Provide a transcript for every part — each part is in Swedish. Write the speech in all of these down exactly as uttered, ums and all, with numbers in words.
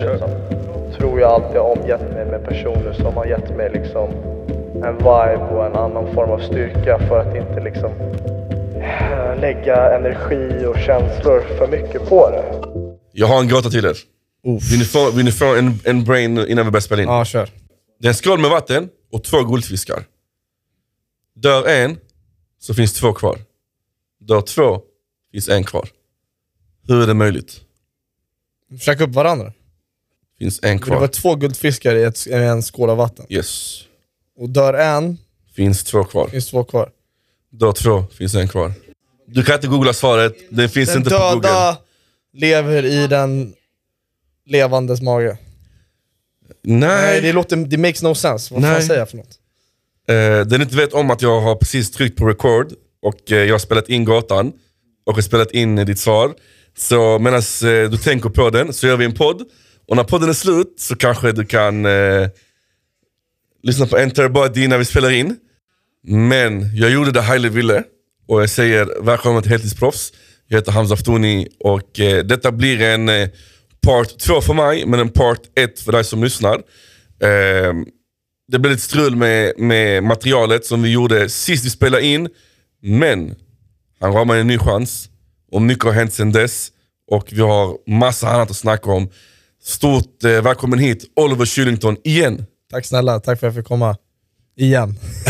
så tror jag alltid har omgett mig med personer som har gett mig liksom en vibe och en annan form av styrka för att inte liksom lägga energi och känslor för mycket på det. Jag har en gåta till er. Vill ni få, vill ni få en, en brain innan vi börjar spela in? Ja, kör. Det är en skål med vatten och två guldfiskar. Dör en så finns två kvar. Dör två finns en kvar. Hur är det möjligt? Försök upp varandra. Finns en kvar. Det var två guldfiskar i, ett, i en skål av vatten. Yes. Och dör en. Finns två kvar. Finns två kvar. Dör två finns en kvar. Du kan inte googla svaret. Det finns den inte på Google. Den döda lever i den levandes mage. Nej. Nej, det låter, det makes no sense. Vad fan säger jag för något? Uh, den inte vet om att jag har precis tryckt på record och uh, jag har spelat in gåtan och har spelat in uh, ditt svar. Så medan uh, du tänker på den så gör vi en podd. Och när podden är slut så kanske du kan uh, lyssna på Enter Body när vi spelar in. Men jag gjorde det Haile ville och jag säger välkommen till Heltidsproffs. Jag heter Hamza Aftouni och uh, detta blir en uh, part två för mig men en part ett för dig som lyssnar. Uh, Det blev lite strul med, med materialet som vi gjorde sist vi spelade in. Men han gav mig en ny chans. Och mycket har hänt sedan dess. Och vi har massa annat att snacka om. Stort eh, välkommen hit, Oliver Kylington, igen. Tack snälla, tack för att jag fick komma. Igen.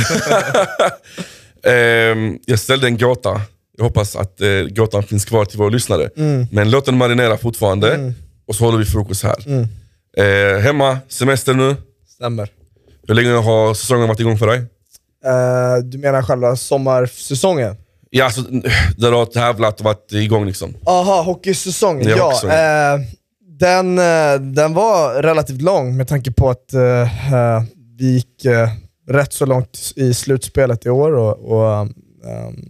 eh, jag ställde en gåta. Jag hoppas att eh, gåtan finns kvar till våra lyssnare. Mm. Men låt den marinera fortfarande. Mm. Och så håller vi fokus här. Mm. Eh, hemma, semester nu. Stämmer. Hur länge har säsongen varit igång för dig? Uh, du menar själva sommarsäsongen? Ja, alltså, där du har tävlat och varit igång liksom. Aha, hockeysäsongen. Ja, ja hockeysäsongen. Uh, den, uh, den var relativt lång med tanke på att uh, uh, vi gick uh, rätt så långt i slutspelet i år. Och, och um,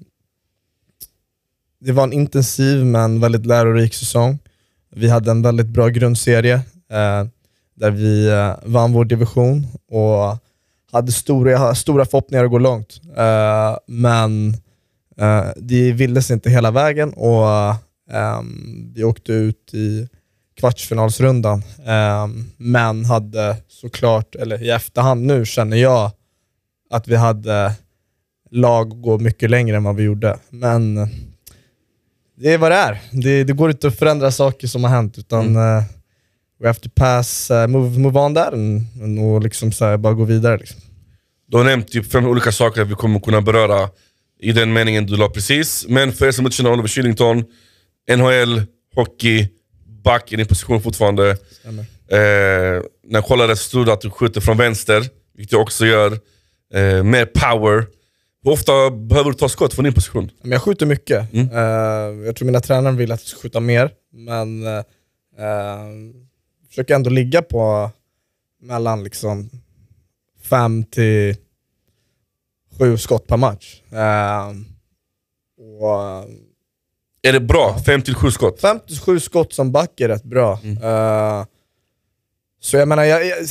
det var en intensiv men väldigt lärorik säsong. Vi hade en väldigt bra grundserie. Uh, Där vi uh, vann vår division och hade stora, stora förhoppningar att gå långt. Uh, men uh, det vildes inte hela vägen och uh, um, vi åkte ut i kvartsfinalsrundan. Um, men hade såklart, eller i efterhand nu känner jag att vi hade lag att gå mycket längre än vad vi gjorde. Men uh, det är vad det är. Det, det går inte att förändra saker som har hänt utan... Mm. Uh, We have to pass, uh, move, move on där och liksom så här, bara gå vidare. Liksom. Du har nämnt typ fem olika saker vi kommer kunna beröra i den meningen du la precis. Men för er som inte känner Oliver Kylington, N H L, hockey, back i din position fortfarande. Eh, när jag kollade så stod det att du skjuter från vänster, vilket jag också gör. Eh, mer power. Hur ofta behöver du ta skott från din position? Jag skjuter mycket. Mm. Uh, jag tror mina tränare vill att jag ska skjuta mer. Men... Uh, uh, försöker ändå ligga på mellan liksom fem till sju skott per match. Uh, och, är det bra? Fem till sju skott? Fem till sju skott som back är rätt bra. Mm. Uh, så jag menar, jag, jag,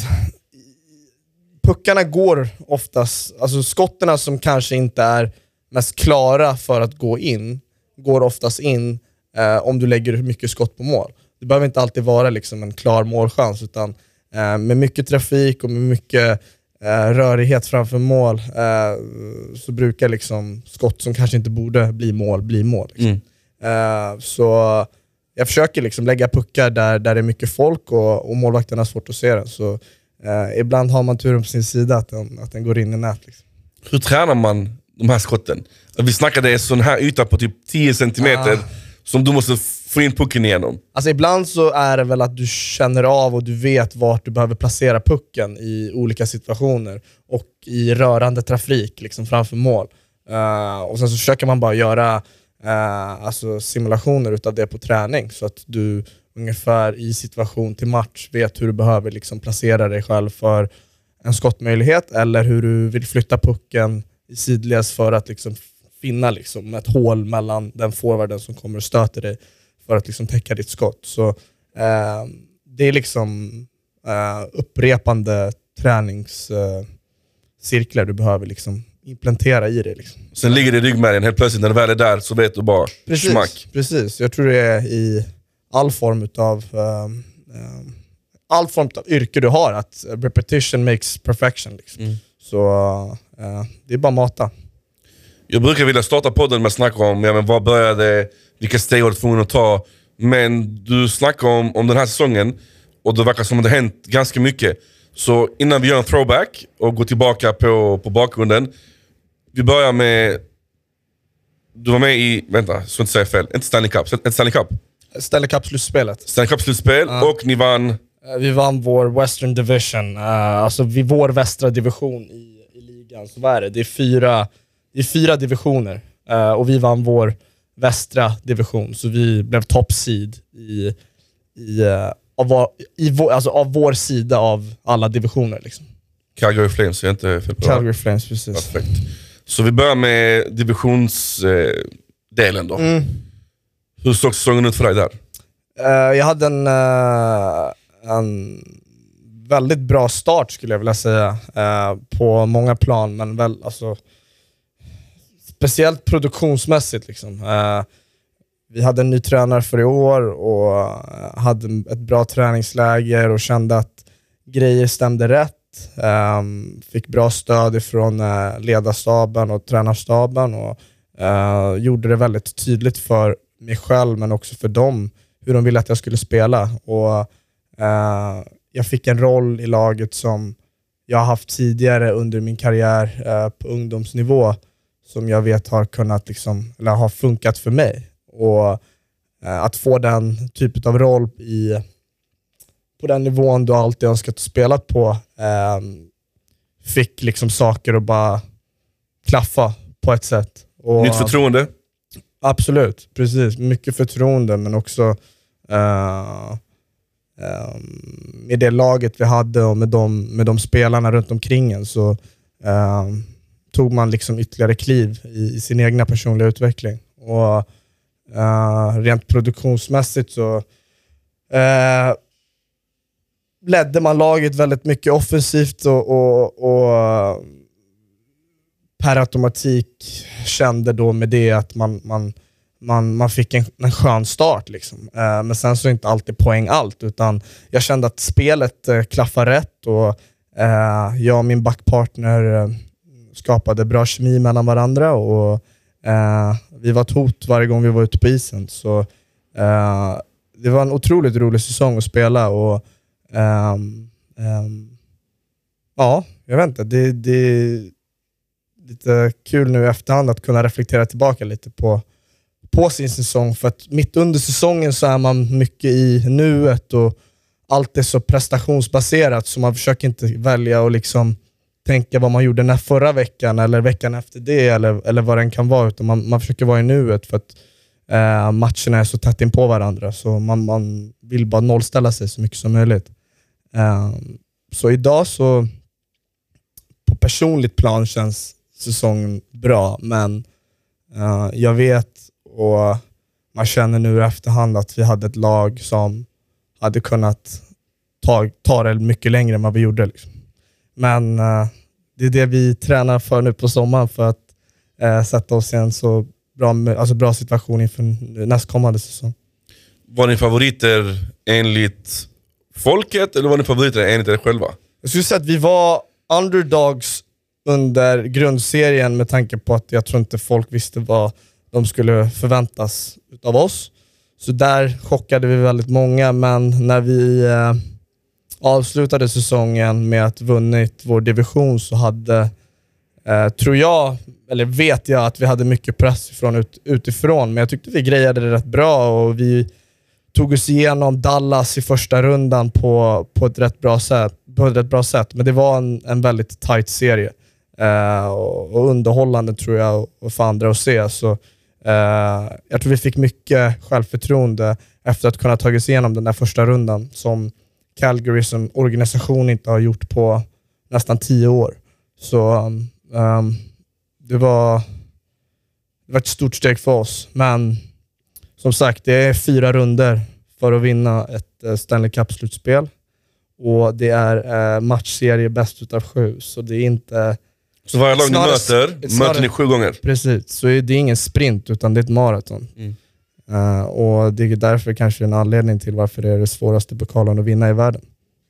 puckarna går oftast, alltså skotterna som kanske inte är mest klara för att gå in, går oftast in uh, om du lägger mycket skott på mål. Det behöver inte alltid vara liksom en klar målchans utan eh, med mycket trafik och med mycket eh, rörighet framför mål eh, så brukar liksom skott som kanske inte borde bli mål bli mål. Liksom. Mm. Eh, så jag försöker liksom lägga puckar där, där det är mycket folk och, och målvakterna har svårt att se den. Så eh, ibland har man turen på sin sida att den, att den går in i nät. Liksom. Hur tränar man de här skotten? Vi snackade en sån här yta på typ tio centimeter ah. som du måste få in pucken igenom. Alltså ibland så är det väl att du känner av och du vet vart du behöver placera pucken i olika situationer och i rörande trafik liksom framför mål. Uh, och sen så försöker man bara göra uh, alltså simulationer utav det på träning så att du ungefär i situation till match vet hur du behöver liksom placera dig själv för en skottmöjlighet eller hur du vill flytta pucken i sidledes för att liksom finna liksom ett hål mellan den forwarden som kommer och stöter dig för att liksom täcka ditt skott. Så eh, det är liksom eh, upprepande träningscirklar eh, du behöver liksom implementera i det. Liksom. Sen ligger det i ryggmärgen, helt plötsligt när det väl är där så vet du bara precis, smack. Precis, jag tror det är i all form av eh, eh, all form av yrke du har, att repetition makes perfection. Liksom. Mm. Så uh, det är bara mata. Jag brukar vilja starta podden med att snacka om ja, men vad började, vilka steg har du tvungen att ta. Men du snackar om, om den här säsongen och det verkar som att det har hänt ganska mycket. Så innan vi gör en throwback och går tillbaka på, på bakgrunden. Vi börjar med... Du var med i... Vänta, så inte säga fel. Inte Stanley Cup. Inte Stanley Cup. Stanley Cup-slutspelet. Stanley Cup-slutspel uh. och ni vann... Vi vann vår Western Division. Uh, alltså vi, vår västra division i, i ligan. Så vad är det? Det är fyra, det är fyra divisioner. Uh, och vi vann vår västra division. Så vi blev top seed i... i uh, Av vår, i vår, alltså av vår sida av alla divisioner liksom. Calgary Flames, är inte fel på. Calgary Flames, precis. Perfekt. Så vi börjar med divisionsdelen eh, då. Mm. Hur såg säsongen ut för dig där? Uh, jag hade en, uh, en väldigt bra start skulle jag vilja säga. Uh, på många plan, men väl alltså speciellt produktionsmässigt liksom. Uh, Vi hade en ny tränare för i år och hade ett bra träningsläger och kände att grejer stämde rätt. Um, fick bra stöd ifrån uh, ledarstaben och tränarstaben och uh, gjorde det väldigt tydligt för mig själv men också för dem hur de ville att jag skulle spela. Och uh, jag fick en roll i laget som jag har haft tidigare under min karriär uh, på ungdomsnivå som jag vet har kunnat liksom, eller har funkat för mig. Och eh, att få den typen av roll i, på den nivån du alltid önskat spela på eh, fick liksom saker att bara klaffa på ett sätt. Och, nytt förtroende? Absolut, precis. Mycket förtroende men också eh, eh, med det laget vi hade och med de, med de spelarna runt omkring en så eh, tog man liksom ytterligare kliv i, i sin egna personliga utveckling. Och Uh, rent produktionsmässigt så uh, ledde man laget väldigt mycket offensivt och, och, och uh, per automatik kände då med det att man, man, man, man fick en, en skön start liksom. Uh, men sen så är inte alltid poäng allt utan jag kände att spelet uh, klaffade rätt och uh, jag och min backpartner uh, skapade bra kemi mellan varandra och Uh, vi var ett hot varje gång vi var ute på isen så uh, det var en otroligt rolig säsong att spela och um, um, ja, jag vet inte det, det är lite kul nu i efterhand att kunna reflektera tillbaka lite på, på sin säsong för att mitt under säsongen så är man mycket i nuet och allt är så prestationsbaserat så man försöker inte välja och liksom tänka vad man gjorde när förra veckan eller veckan efter det eller, eller vad den kan vara utan man, man försöker vara i nuet för att eh, matcherna är så tätt in på varandra så man, man vill bara nollställa sig så mycket som möjligt. Eh, så idag så på personligt plan känns säsongen bra men eh, jag vet och man känner nu i efterhand att vi hade ett lag som hade kunnat ta, ta det mycket längre än vad vi gjorde liksom. Men uh, det är det vi tränar för nu på sommaren för att uh, sätta oss i en så bra, alltså bra situation inför nästkommande säsong. Var ni favoriter enligt folket eller var ni favoriter enligt er själva? Jag skulle säga att vi var underdogs under grundserien med tanke på att jag tror inte folk visste vad de skulle förväntas av oss. Så där chockade vi väldigt många men när vi... Uh, avslutade säsongen med att vunnit vår division så hade, eh, tror jag, eller vet jag att vi hade mycket press ifrån ut, utifrån. Men jag tyckte vi grejade det rätt bra och vi tog oss igenom Dallas i första rundan på, på, ett, rätt bra sätt, på ett rätt bra sätt. Men det var en, en väldigt tight serie eh, och, och underhållande tror jag och för andra att se. Så, eh, jag tror vi fick mycket självförtroende efter att kunna ta oss igenom den där första rundan som Calgary som organisation inte har gjort på nästan tio år. Så um, um, det, var, det var ett stort steg för oss. Men som sagt, det är fyra runder för att vinna ett uh, Stanley Cup-slutspel. Och det är uh, matchserie bäst utav sju. Så det är inte... Så varje lag ni möter, möter ni sju gånger? Precis, så det är ingen sprint utan det är ett maraton. Mm. Uh, och det är därför kanske en anledning till varför det är det svåraste pokalen att vinna i världen.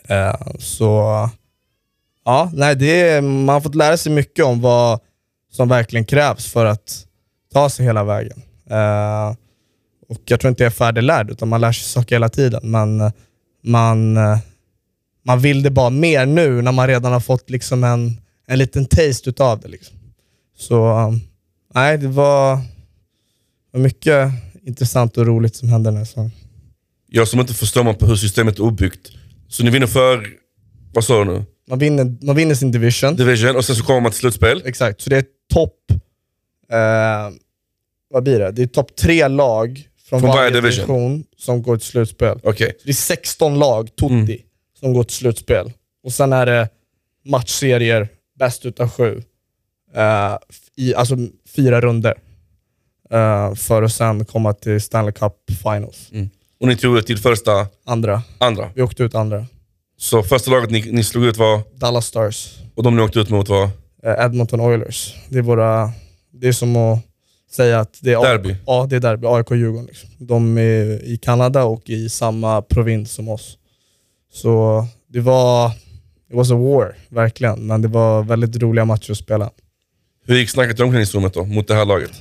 Uh, så ja, nej, det är, man har fått lära sig mycket om vad som verkligen krävs för att ta sig hela vägen. Uh, och jag tror inte jag är färdiglärd, utan man lär sig saker hela tiden. Men man, man vill det bara mer nu när man redan har fått liksom en, en liten taste utav det. Liksom. Så um, nej, det var, var mycket intressant och roligt som hände den här. Jag som inte förstår man på hur systemet är uppbyggt. Så ni vinner för, vad sa du nu? Man vinner, man vinner sin division. Division, och sen så kommer man till slutspel. Exakt, så det är topp, eh, vad blir det? Det är topp tre lag från, från varje division. division som går till slutspel. Okay. Så det är sexton lag, tutti, mm. som går till slutspel. Och sen är det matchserier, bäst utav sju. Uh, i, alltså fyra runder. Uh, för att sen komma till Stanley Cup Finals. Mm. Och ni tog ut till första? Andra. Andra. Vi åkte ut andra. Så första laget ni, ni slog ut var? Dallas Stars. Och de ni åkte ut mot var? Uh, Edmonton Oilers. Det är våra... Det är som att säga att det är... Derby? Ja, det är derby. A I K Djurgården. Liksom. De är i Kanada och i samma provins som oss. Så det var... Det var så war, verkligen. Men det var väldigt roliga matcher att spela. Hur gick snacket i omklädningsrummet då, mot det här laget?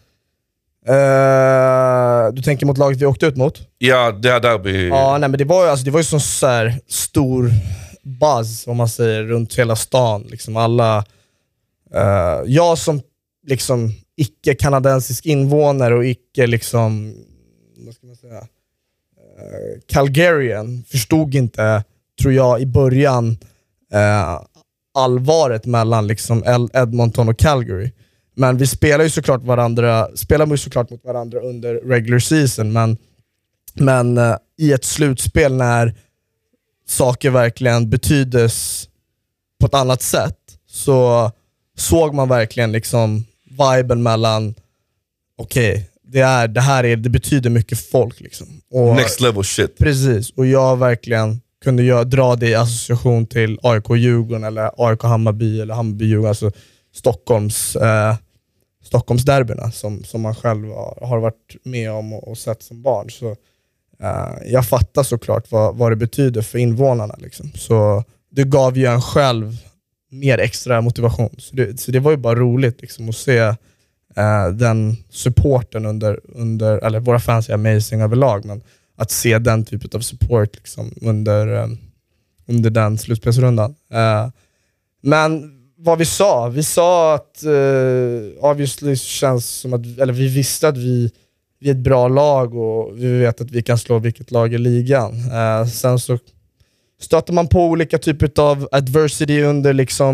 Uh, du tänker mot laget vi åkte ut mot? Ja, det här derby. Ja, nej, men det var ju alltså, det var ju sån så här stor buzz, om man säger, runt hela stan. Liksom alla... Uh, jag som liksom icke-kanadensisk invånare och icke liksom... Vad ska man säga? Uh, Calgarian förstod inte, tror jag, i början uh, allvaret mellan liksom Edmonton och Calgary. Men vi spelar ju såklart varandra, spelar ju såklart mot varandra under regular season, men, men uh, i ett slutspel när saker verkligen betydes på ett annat sätt, så såg man verkligen liksom viben mellan okej, okay, det är det här är det betyder mycket folk liksom. Och, next level shit. Precis, och jag verkligen kunde jag dra det i association till A I K Djurgården eller A I K Hammarby eller Hammarby Djurgården, alltså Stockholms eh, Stockholms derbyna som, som man själv har, har varit med om och, och sett som barn. Så eh, jag fattar såklart vad, vad det betyder för invånarna liksom. Så det gav ju en själv mer extra motivation. Så det, så det var ju bara roligt liksom, att se eh, den supporten under, under, eller våra fans är amazing överlag, men att se den typen av support liksom, under, um, under den slutspelsrundan. Uh, men vad vi sa, vi sa att uh, obviously känns som att, eller vi visste att vi, vi är ett bra lag och vi vet att vi kan slå vilket lag i ligan. Uh, sen så stöter man på olika typer av adversity under liksom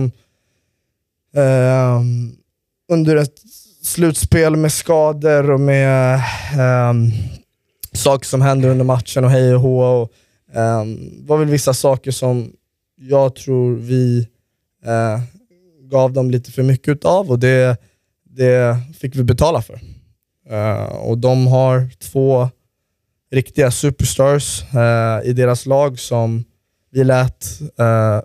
uh, under ett slutspel med skador och med um, saker som händer under matchen och hej och hå. Och, um, var väl vissa saker som jag tror vi uh, gav dem lite för mycket utav, och det, det fick vi betala för. Uh, och de har två riktiga superstars uh, i deras lag som vi lät uh,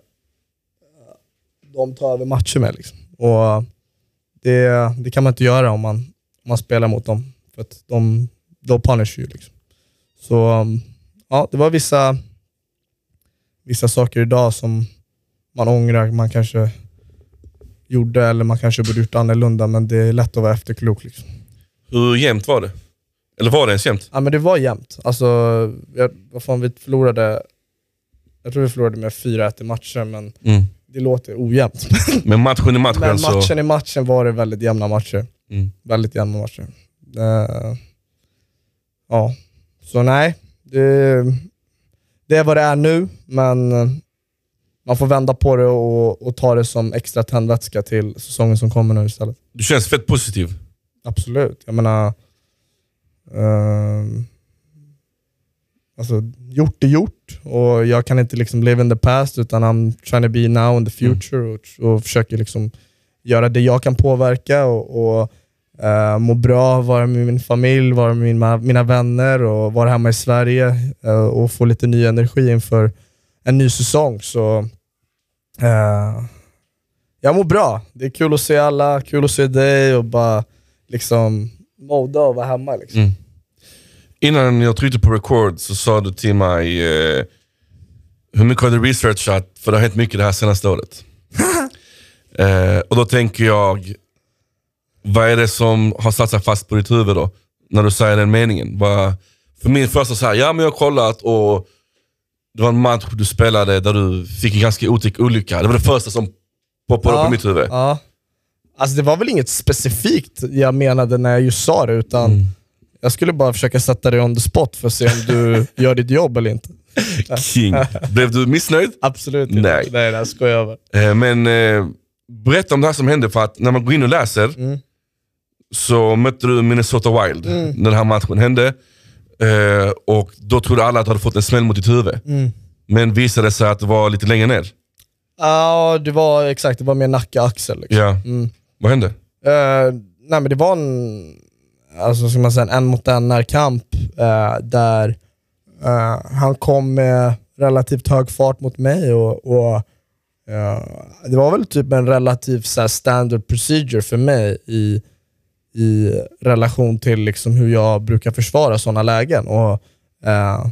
de ta över matcher med. Liksom. Och det, det kan man inte göra om man, om man spelar mot dem, för att de då punish ju liksom. Så ja, det var vissa vissa saker idag som man ångrar man kanske gjorde, eller man kanske borde gjort annorlunda, men det är lätt att vara efterklok liksom. Hur jämnt var det? Eller var det ens jämnt? Ja, men det var jämnt. Alltså, jag, vad fan, vi förlorade, jag tror vi förlorade med fyra ett i matcher, men mm. det låter ojämnt. Men matchen i matchen men matchen så... i matchen var det väldigt jämna matcher. Mm. Väldigt jämna matcher. Uh, ja, så nej. Det, det är vad det är nu, men man får vända på det och, och ta det som extra tändvätska till säsongen som kommer nu istället. Du känns fett positiv. Absolut. Jag menar, uh, alltså, gjort är gjort, och jag kan inte liksom live in the past, utan I'm trying to be now in the future. Mm. och, och försöker liksom göra det jag kan påverka och, och uh, må bra, vara med min familj, vara med mina, mina vänner och vara hemma i Sverige uh, och få lite ny energi inför en ny säsong. Så uh, jag mår bra. Det är kul att se alla, kul att se dig och bara liksom moda och vara hemma liksom. Mm. Innan jag tryckte på record så sa du till mig, eh, Hur mycket har du researchat? För det har hänt mycket det här senaste året. eh, och då tänker jag, vad är det som har satt sig fast på ditt huvud då? När du säger den meningen. Bara, för min första så här, ja men jag har kollat och det var en match du spelade där du fick en ganska otäck olycka. Det var det första som poppade ja, upp på mitt huvud. Ja. Alltså det var väl inget specifikt jag menade när jag just sa det, utan mm. jag skulle bara försöka sätta dig on the spot för att se om du gör ditt jobb eller inte. King. Blev du missnöjd? Absolut inte. Nej. Nej, det ska jag över. Eh, men eh, berätta om det här som hände, för att när man går in och läser mm. så mötte du Minnesota Wild mm. när den här matchen hände. Eh, och då trodde alla att du hade fått en smäll mot ditt huvud. Mm. Men visade sig att det var lite längre ner. Ja, det var exakt. Det var mer nacke axel. Liksom. Ja. Mm. Vad hände? Uh, nej, men det var en, alltså, ska man säga, en en mot en närkamp uh, där uh, han kom med relativt hög fart mot mig och, och uh, det var väl typ en relativt så här, standard procedure för mig i, i relation till liksom, hur jag brukar försvara sådana lägen. Och uh,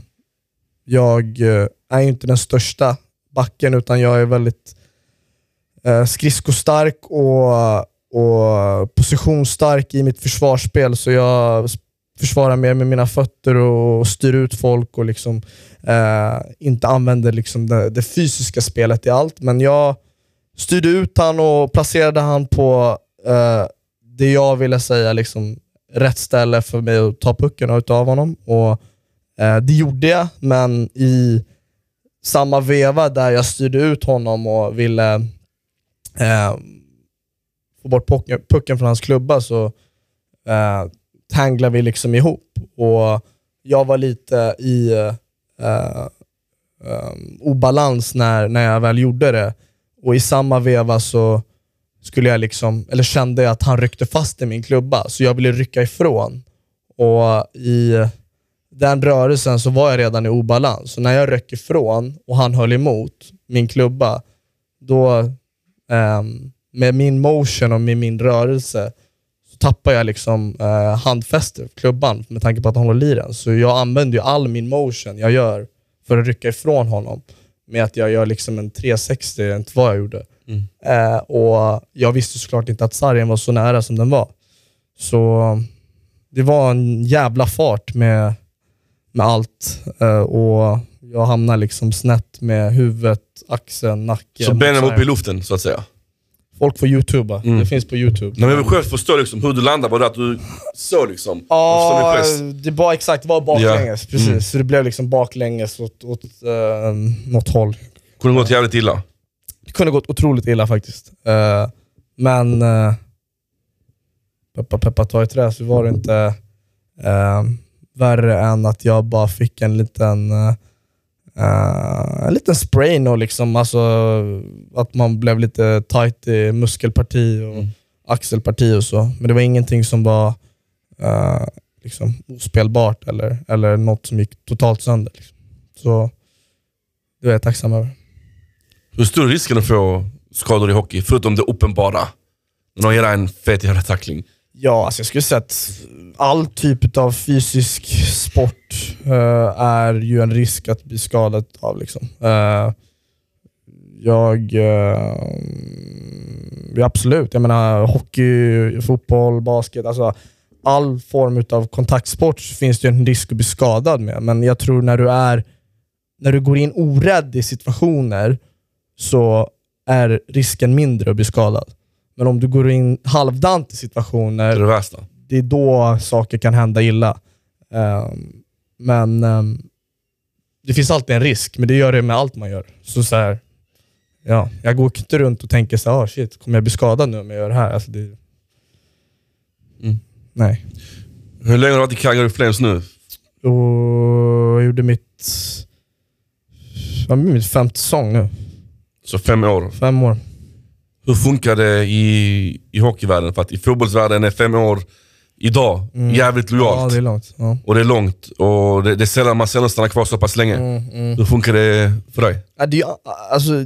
jag uh, är ju inte den största backen, utan jag är väldigt eh, skridskostark och, och positionsstark i mitt försvarsspel, så jag försvarar mer med mina fötter och styr ut folk och liksom eh, inte använder liksom det, det fysiska spelet i allt, men jag styrde ut han och placerade han på eh, det jag ville säga liksom rätt ställe för mig att ta pucken ut av honom, och eh, det gjorde jag, men i samma veva där jag styrde ut honom och ville eh, få bort pucken, pucken från hans klubba, så eh, tanglade vi liksom ihop, och jag var lite i eh, eh, obalans när, när jag väl gjorde det, och i samma veva så skulle jag liksom, eller kände jag att han ryckte fast i min klubba, så jag ville rycka ifrån, och i den rörelsen så var jag redan i obalans. Så när jag röck ifrån och han höll emot min klubba, då eh, med min motion och med min rörelse så tappade jag liksom eh, handfästet för klubban med tanke på att han håller i den. Så jag använder ju all min motion jag gör för att rycka ifrån honom, med att jag gör liksom en tre sextio inte vad jag gjorde. Mm. Eh, och jag visste såklart inte att sargen var så nära som den var. Så det var en jävla fart med med allt, uh, och jag hamnar liksom snett med huvudet, axeln, nacken. Så benen var uppe i luften så att säga? Folk får YouTubea, mm. det finns på YouTube. Nej, men jag vill själv förstå liksom hur du landade, bara att du så liksom. Ja, det var exakt, det var baklänges, ja. Precis. Mm. Så det blev liksom baklänges åt, åt uh, något håll. Kunde gått jävligt illa? Det kunde gått otroligt illa faktiskt. Uh, men uh, peppa peppa ta i trä, så var det inte uh, värre än att jag bara fick en liten uh, en liten sprain, och liksom, alltså, att man blev lite tight i muskelparti och mm. axelparti och så. Men det var ingenting som var uh, liksom ospelbart eller, eller något som gick totalt sönder. Liksom. Så det är jag tacksam över. Hur stor är risken att få skador i hockey, förutom det uppenbara? Någon gör en fet jävla tackling. Ja, alltså jag skulle säga att all typ av fysisk sport uh, är ju en risk att bli skadad av. Liksom. Uh, jag... Uh, ja, absolut. Jag menar, hockey, fotboll, basket, alltså all form av kontaktsport finns det ju en risk att bli skadad med. Men jag tror när du är när du går in orädd i situationer så är risken mindre att bli skadad. Men om du går in halvdant i situationer, det är, det värsta. Det är då saker kan hända illa. Um, men um, det finns alltid en risk, men det gör det med allt man gör. Så så här, ja, jag går inte runt och tänker så här, oh, shit, kommer jag bli skadad nu om jag gör det här? Alltså det, mm. Nej. Hur länge har du varit i Calgary Flames nu? Och jag gjorde mitt jag mitt femte säsong nu. Så fem år? Fem år. Hur funkar det i, i hockeyvärlden? För att i fotbollsvärlden är fem år idag mm. jävligt lojalt. Ja, det är långt. Ja. Och det är långt. Och det, det är sällan man sällan stannar kvar så pass länge. Mm, mm. Hur funkar det för dig? Ja, det, är, alltså,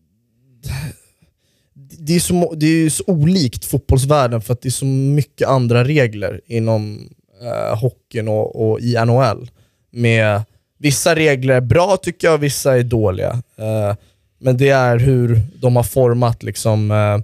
det, är så, det är så olikt fotbollsvärlden för att det är så mycket andra regler inom eh, hockeyn och, och i N H L. Med vissa regler är bra tycker jag och vissa är dåliga. Uh, men det är hur de har format liksom, uh,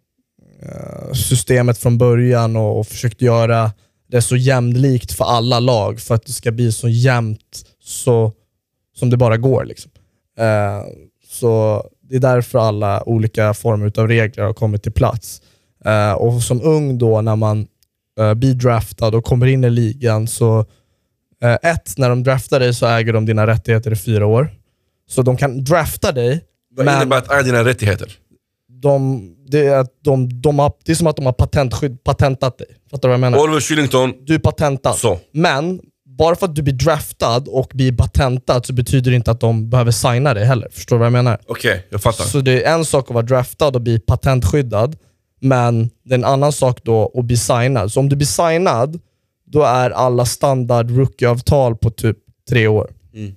uh, systemet från början och, och försökt göra det så jämlikt för alla lag för att det ska bli så jämnt så, som det bara går. Liksom. Uh, så det är därför alla olika former av regler har kommit till plats. Uh, och som ung då när man uh, blir draftad och kommer in i ligan så uh, ett, när de draftar dig så äger de dina rättigheter i fyra år. Så de kan drafta dig. Vad men innebär att äga dina rättigheter? De, det, är att de, de har, det är som att de har patentskydd, patentat dig. Fattar du vad jag menar? Oliver Kylington. Du är patentad. Så. Men bara för att du blir draftad och blir patentad så betyder det inte att de behöver signa dig heller. Förstår du vad jag menar? Okej, okay, jag fattar. Så det är en sak att vara draftad och bli patentskyddad. Men det är en annan sak då att bli signad. Så om du blir signad, då är alla standard rookie-avtal på typ tre år. Mm.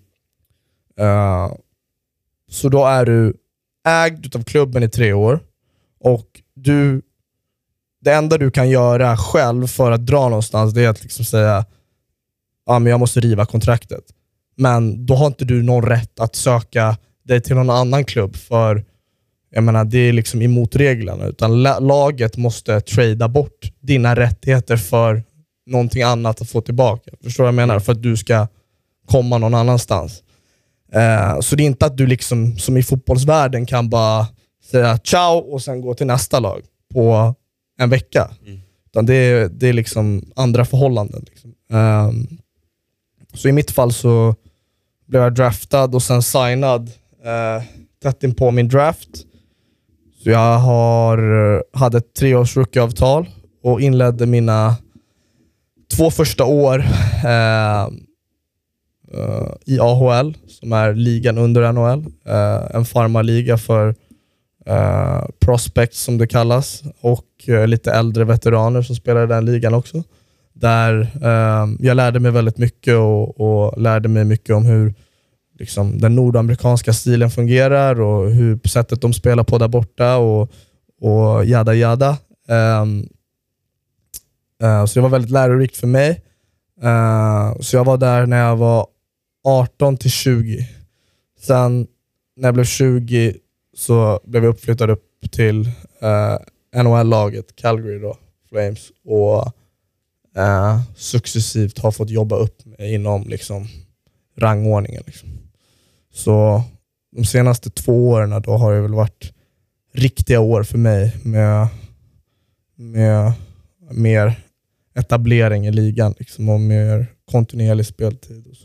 Uh, så då är du ägd av klubben i tre år. Och du, det enda du kan göra själv för att dra någonstans, det är att liksom säga ja, men jag måste riva kontraktet. Men då har inte du någon rätt att söka dig till någon annan klubb för jag menar, det är liksom emot reglerna. Utan laget måste trada bort dina rättigheter för någonting annat att få tillbaka. Förstår du vad jag menar? För att du ska komma någon annanstans. Uh, så det är inte att du liksom som i fotbollsvärlden kan bara säga ciao och sen gå till nästa lag på en vecka. Mm. Utan det är, det är liksom andra förhållanden. Liksom. Um, så i mitt fall så blev jag draftad och sen signad uh, tätt in på min draft. Så jag har, hade ett treårs rookie-avtal och inledde mina två första år uh, uh, i A H L som är ligan under N H L. Uh, en farmarliga för Uh, prospects som det kallas och uh, lite äldre veteraner som spelar i den ligan också. Där uh, jag lärde mig väldigt mycket och, och lärde mig mycket om hur liksom, den nordamerikanska stilen fungerar och hur sättet de spelar på där borta och, och jada jada. Um, uh, så det var väldigt lärorikt för mig. Uh, så jag var där när jag var arton till tjugo. Sen när jag blev tjugo så blev jag uppflyttad upp till uh, N H L-laget Calgary då, Flames, och uh, successivt har fått jobba upp inom liksom, rangordningen. Liksom. Så de senaste två åren då har det väl varit riktiga år för mig med, med mer etablering i ligan liksom, och mer kontinuerlig speltid. Och så.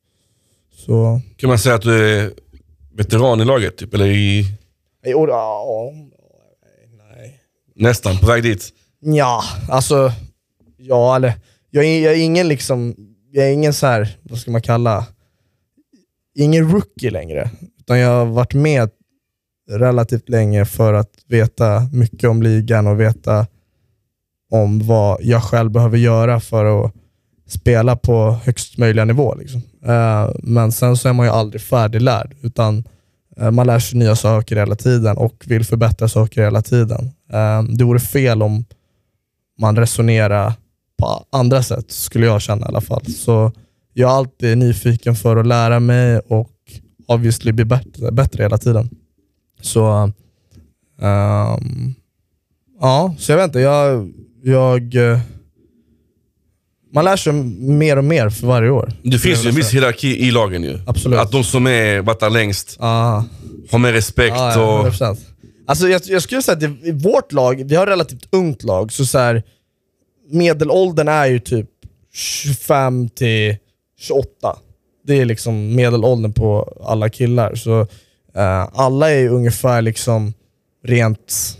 Så. Kan man säga att du är veteran i laget typ, eller i... Jo, ja, nej. Nästan på väg dit. Ja, alltså ja, eller jag är, jag är ingen liksom jag är ingen så här, vad ska man kalla, ingen rookie längre, utan jag har varit med relativt länge för att veta mycket om ligan och veta om vad jag själv behöver göra för att spela på högst möjliga nivå liksom. Uh, men sen så är man ju aldrig färdiglärd, utan uh, man lär sig nya saker hela tiden och vill förbättra saker hela tiden. Uh, det vore fel om man resonerar på andra sätt, skulle jag känna i alla fall. Så jag är alltid nyfiken för att lära mig och obviously bli bättre, bättre hela tiden. Så um, ja, så jag vet inte, jag, jag man lär sig mer och mer för varje år. Det finns ju en viss hierarki i lagen ju. Absolut. Att de som är varit där längst ah. har mer respekt. Ah, ja, och... Alltså jag, jag skulle säga att det, i vårt lag, vi har relativt ungt lag, så, så här, medelåldern är ju typ tjugofem till tjugoåtta. Det är liksom medelåldern på alla killar. Så uh, alla är ju ungefär liksom rent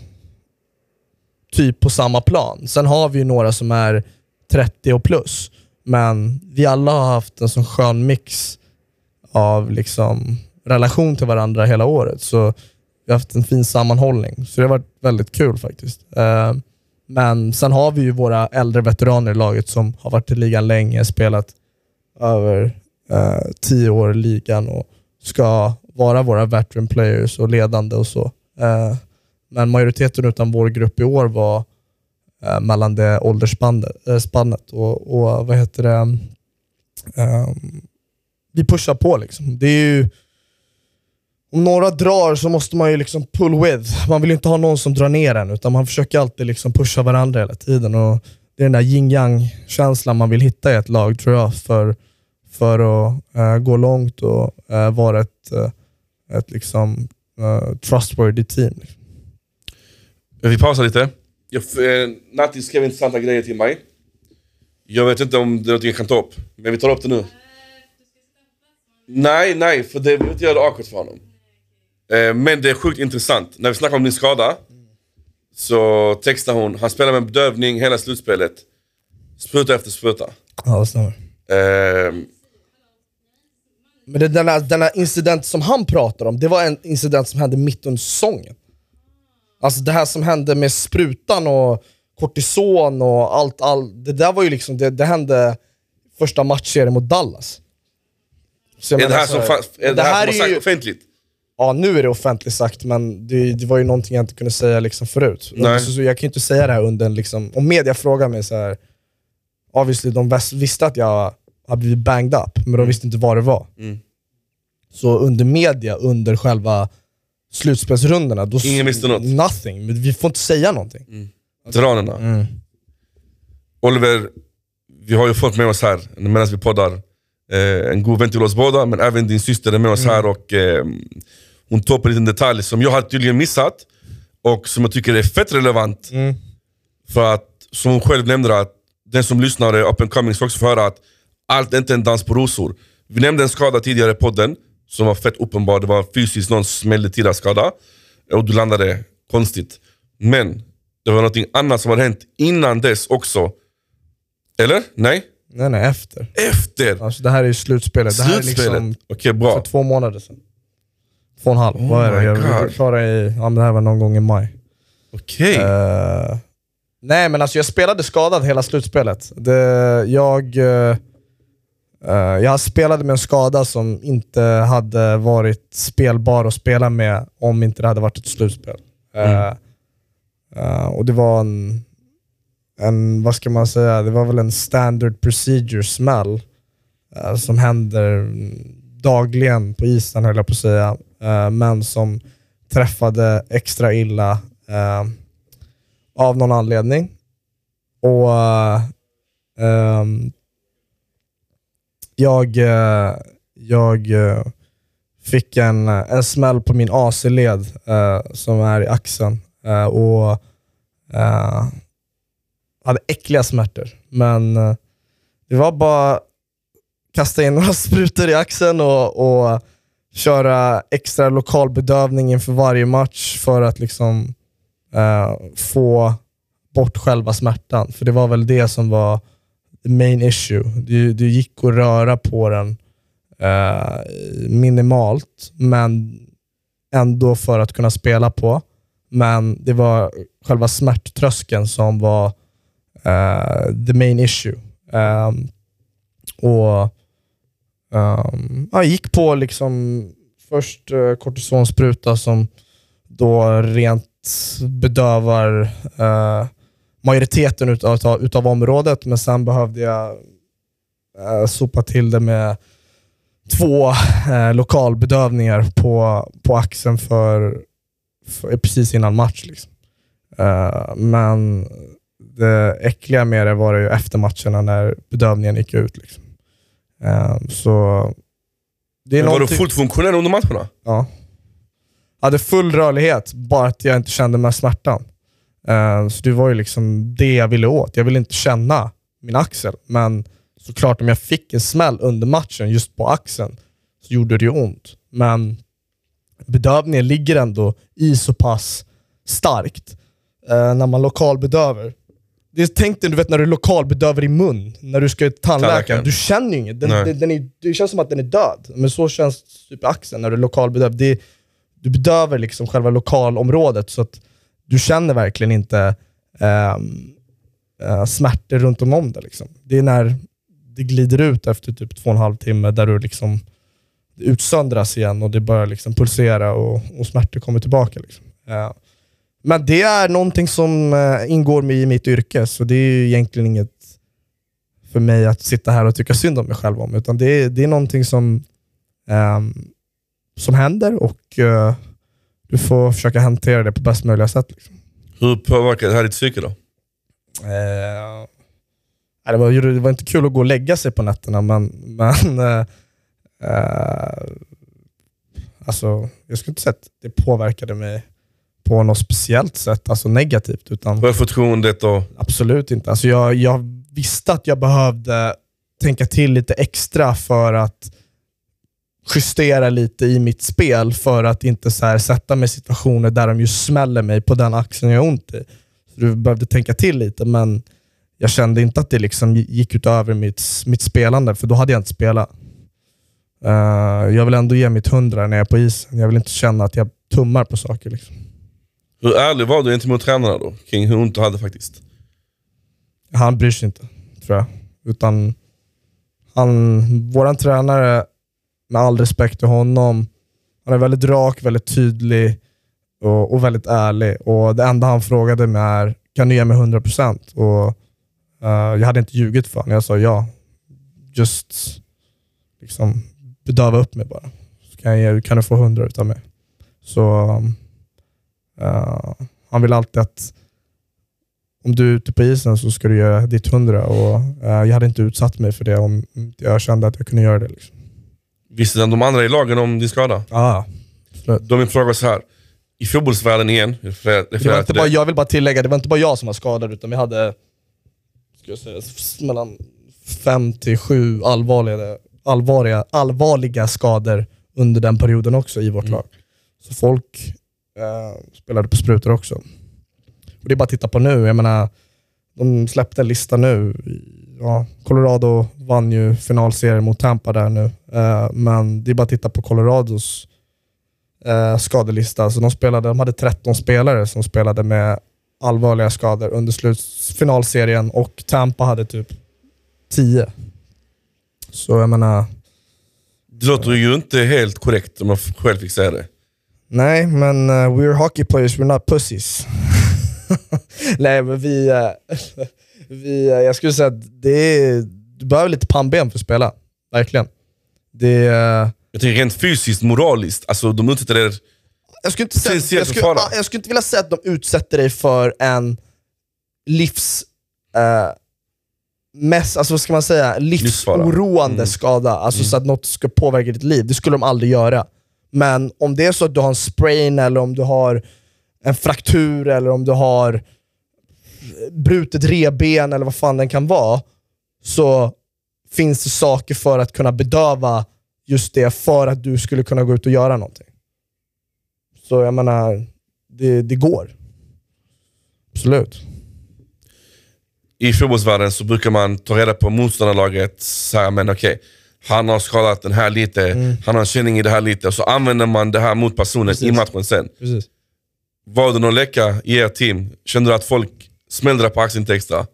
typ på samma plan. Sen har vi ju några som är trettio och plus. Men vi alla har haft en sån skön mix av liksom relation till varandra hela året. Så vi har haft en fin sammanhållning. Så det har varit väldigt kul faktiskt. Uh, men sen har vi ju våra äldre veteraner i laget som har varit i ligan länge, spelat över uh, tio år i ligan och ska vara våra veteran players och ledande och så. Uh, men majoriteten utan vår grupp i år var uh, mellan det åldersspannet uh, och, och vad heter det um, vi pushar på liksom. Det är ju, om några drar så måste man ju liksom pull with. Man vill ju inte ha någon som drar ner en, utan man försöker alltid liksom pusha varandra hela tiden. Och det är den där yin-yang-känslan man vill hitta i ett lag, tror jag, för, för att uh, gå långt och uh, vara ett, uh, ett liksom, uh, trustworthy team. Vi pausar lite. Jag, eh, Natti skrev intressanta grejer till mig. Jag vet inte om det är något jag kan ta upp, men vi tar upp det nu. Nej, nej, för det vill inte göra det awkward för honom. Eh, men det är sjukt intressant. När vi snackar om din skada så textar hon, han spelar med bedövning hela slutspelet. Spruta efter spruta. Ja, det stämmer. Eh, Men det, den, här, den här incident som han pratar om, det var en incident som hände mitt under säsongen. Alltså det här som hände med sprutan och kortison och allt, allt det där var ju liksom, det, det hände första matchserien mot Dallas. Så är det menar, här som, så, fa- är det det här här som var är ju, sagt offentligt? ja, nu är det offentligt sagt, men det, det var ju någonting jag inte kunde säga liksom förut. Nej. Så, så jag kan ju inte säga det här under en, liksom, om media frågar mig så här, obviously de väs- visste att jag har blivit banged up, men de visste inte vad det var. Mm. Så under media, under själva slutspelsrundorna, då Ingen visste något. Nothing, men vi får inte säga någonting. Mm. Veteranerna. Mm. Oliver, vi har ju fått med oss här medan vi poddar eh, en god vän till oss båda, men även din syster är med oss här och eh, hon tar upp en liten detalj som jag har tydligen missat och som jag tycker är fett relevant. Mm. För att, som hon själv nämnde, att den som lyssnar är up and coming ska också få höra att allt är inte en dans på rosor. Vi nämnde en skada tidigare i podden som var fett uppenbar. Det var fysiskt, någon smällde till där skada och du landade konstigt. Men det var något annat som hade hänt innan dess också. Eller? Nej? Nej, nej, efter. Efter? Alltså, det här är ju slutspelet. Det här är Slutspelet? liksom Okej, bra. för två månader sedan. Två och en halv, Oh vad är det? my Jag God. är klar i, ja, men det här var någon gång i maj. Okej. Eh, nej, men alltså jag spelade skadad hela slutspelet. Det, jag, uh, jag spelade med en skada som inte hade varit spelbar att spela med om inte det hade varit ett slutspel. Mm. Uh, uh, och det var en, en, vad ska man säga, det var väl en standard procedure smäll uh, som händer dagligen på isen, höll jag på att säga. Uh, men som träffade extra illa uh, av någon anledning. Och uh, um, jag, uh, jag uh, fick en, en smäll på min A C-led uh, som är i axeln. Uh, och uh, hade äckliga smärtor. Men uh, det var bara kasta in några sprutor i axeln och, och köra extra lokal bedövning inför varje match för att liksom uh, få bort själva smärtan. För det var väl det som var the main issue. Det, det gick att röra på den uh, minimalt, men ändå för att kunna spela på. Men det var själva smärttröskeln som var uh, the main issue. Um, och um, jag gick på liksom först uh, kortisonspruta som då rent bedövar uh, majoriteten utav, utav området, men sen behövde jag uh, sopa till det med två uh, lokalbedövningar på, på axeln för, för precis innan match liksom. Uh, men det äckliga med det var det ju efter matcherna när bedövningen gick ut liksom. Uh, så det är Men var du någonting... fullt funktionell under matcherna? Ja. Jag hade full rörlighet, bara att jag inte kände med smärtan. Uh, så det var ju liksom det jag ville åt. Jag ville inte känna min axel, men såklart om jag fick en smäll under matchen just på axeln så gjorde det ju ont. Men bedövningen ligger ändå i så pass starkt uh, när man lokalbedöver. Det är, tänk dig, du vet när du lokalbedöver i mun när du ska till tandläkaren, Tandläkaren. du känner ju inget. Den, Nej. den, den är, det känns som att den är död. Men så känns typ axeln när du lokalbedöver. Det, du bedöver liksom själva lokalområdet så att du känner verkligen inte ähm, äh, smärtor runt om det liksom. Det är när det glider ut efter typ två och en halv timme där du liksom det utsöndras igen och det börjar liksom pulsera och, och smärtor kommer tillbaka liksom. Äh, Men det är någonting som uh, ingår med i mitt yrke, så det är ju egentligen inget för mig att sitta här och tycka synd om mig själv om. Utan det är, det är någonting som, um, som händer och uh, du får försöka hantera det på bäst möjliga sätt. Liksom. Hur påverkar det här ditt psyke då? Uh, det, var, det var inte kul att gå och lägga sig på nätterna, men, men uh, uh, alltså, jag skulle inte säga att det påverkade mig på något speciellt sätt, alltså negativt. Utan vad är förtroendet då? Absolut inte. Alltså jag, jag visste att jag behövde tänka till lite extra för att justera lite i mitt spel för att inte så här sätta mig i situationer där de just smäller mig på den axeln jag har ont i. Så du behövde tänka till lite, men jag kände inte att det liksom gick utöver mitt, mitt spelande, för då hade jag inte spelat. Uh, jag vill ändå ge mitt hundra när jag är på isen. Jag vill inte känna att jag tummar på saker. Liksom. Hur ärlig var du gentemot tränarna då? Kring hur ont du hade faktiskt? Han bryr sig inte, tror jag. Utan han, våran tränare, med all respekt till honom, han är väldigt rak, väldigt tydlig och, och väldigt ärlig. Och det enda han frågade mig är, kan du ge mig hundra procent? Och uh, jag hade inte ljugit för honom. Jag sa ja. Just liksom bedöva upp mig bara. Så kan, jag, kan du få hundra utav mig. Så uh, han vill alltid att om du är ute på isen så ska du göra ditt hundra. Och uh, jag hade inte utsatt mig för det om jag kände att jag kunde göra det. Liksom. Visste de andra i lagen om din skada? Ja. Ah, de vill fråga så här. I fotbollsvärlden igen. Det flera, det det var inte bara, jag vill bara tillägga, det var inte bara jag som var skadad, utan vi hade ska jag säga, mellan fem till sju allvarliga, allvarliga, allvarliga skador under den perioden också i vårt mm. lag. Så folk eh, spelade på sprutor också. Och det är bara att titta på nu. Jag menar, de släppte en lista nu. Ja, Colorado vann ju finalserien mot Tampa där nu. Eh, men det är bara att titta på Colorados eh, skadelista. Så de, spelade, de hade tretton spelare som spelade med allvarliga skador under slutfinalserien, och Tampa hade typ tio. Så jag menar... Det låter ju inte helt korrekt om man själv fick säga det. Nej, men uh, we're hockey players, we're not pussies. Nej, men vi... Uh, vi uh, jag skulle säga att det är, du behöver lite pannben för att spela. Verkligen. Det, uh, jag tänker rent fysiskt, moraliskt. Alltså de utsätter er... Jag skulle, inte säga, jag, skulle, uh, jag skulle inte vilja säga att de utsätter dig för en livs... Uh, mest, alltså vad ska man säga, livsoroande mm. skada, alltså mm. så att något ska påverka ditt liv. Det skulle de aldrig göra. Men om det är så att du har en sprain, eller om du har en fraktur, eller om du har brutet revben, eller vad fan den kan vara, så finns det saker för att kunna bedöva just det, för att du skulle kunna gå ut och göra någonting. Så jag menar, det, det går. Absolut. I fotbollsvärlden så brukar man ta reda på motståndarlaget, så här, men okej, okay, han har skadat den här lite, mm. han har en känning i det här lite, och så använder man det här mot personen. Precis. I matchen sen. Precis. Var det någon läcka i er team? Kände du att folk smällde på axeln inte extra?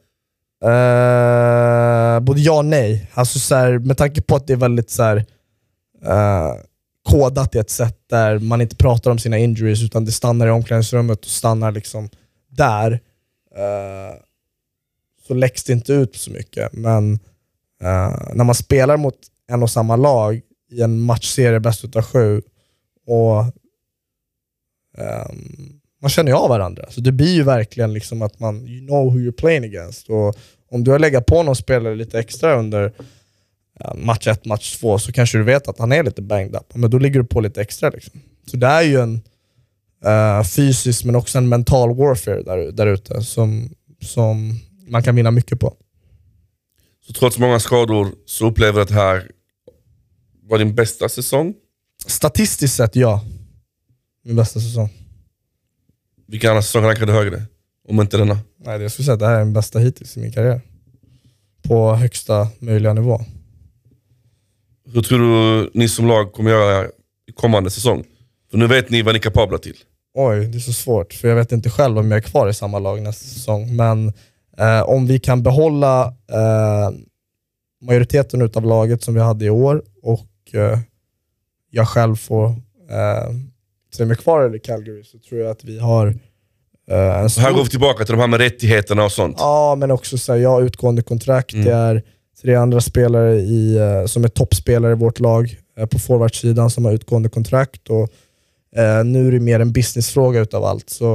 Uh, både ja och nej. Alltså, så här, med tanke på att det är väldigt så här, uh, kodat i ett sätt där man inte pratar om sina injuries, utan det stannar i omklädningsrummet och stannar liksom där. Uh, så läcks det inte ut så mycket. Men uh, när man spelar mot en och samma lag i en matchserie bäst utav sju, och um, man känner ju av varandra. Så det blir ju verkligen liksom att man, you know who you're playing against. Och om du har läggat på någon spelare lite extra under ja, match ett, match två, så kanske du vet att han är lite banged up. Men då ligger du på lite extra liksom. Så det är ju en uh, fysisk, men också en mental warfare där, där ute som, som man kan vinna mycket på. Så trots många skador så upplever du att det här var din bästa säsong? Statistiskt sett, ja. Min bästa säsong. Vilka andra säsonger rankade högre? Om inte denna? Nej, jag skulle säga att det här är den bästa hittills i min karriär. På högsta möjliga nivå. Hur tror du ni som lag kommer göra i kommande säsong? För nu vet ni vad ni är kapabla till. Oj, det är så svårt. För jag vet inte själv om jag är kvar i samma lag nästa säsong. Men eh, om vi kan behålla eh, majoriteten utav laget som vi hade i år, och eh, jag själv får eh, se mig kvar i Calgary, så tror jag att vi har eh, en stor... Här går vi tillbaka till de här med rättigheterna och sånt. Ja, men också så här, jag har utgående kontrakt. Mm. Det är tre andra spelare i, uh, som är toppspelare i vårt lag uh, på forwardsidan som har utgående kontrakt. Och uh, nu är det mer en businessfråga utav allt. Så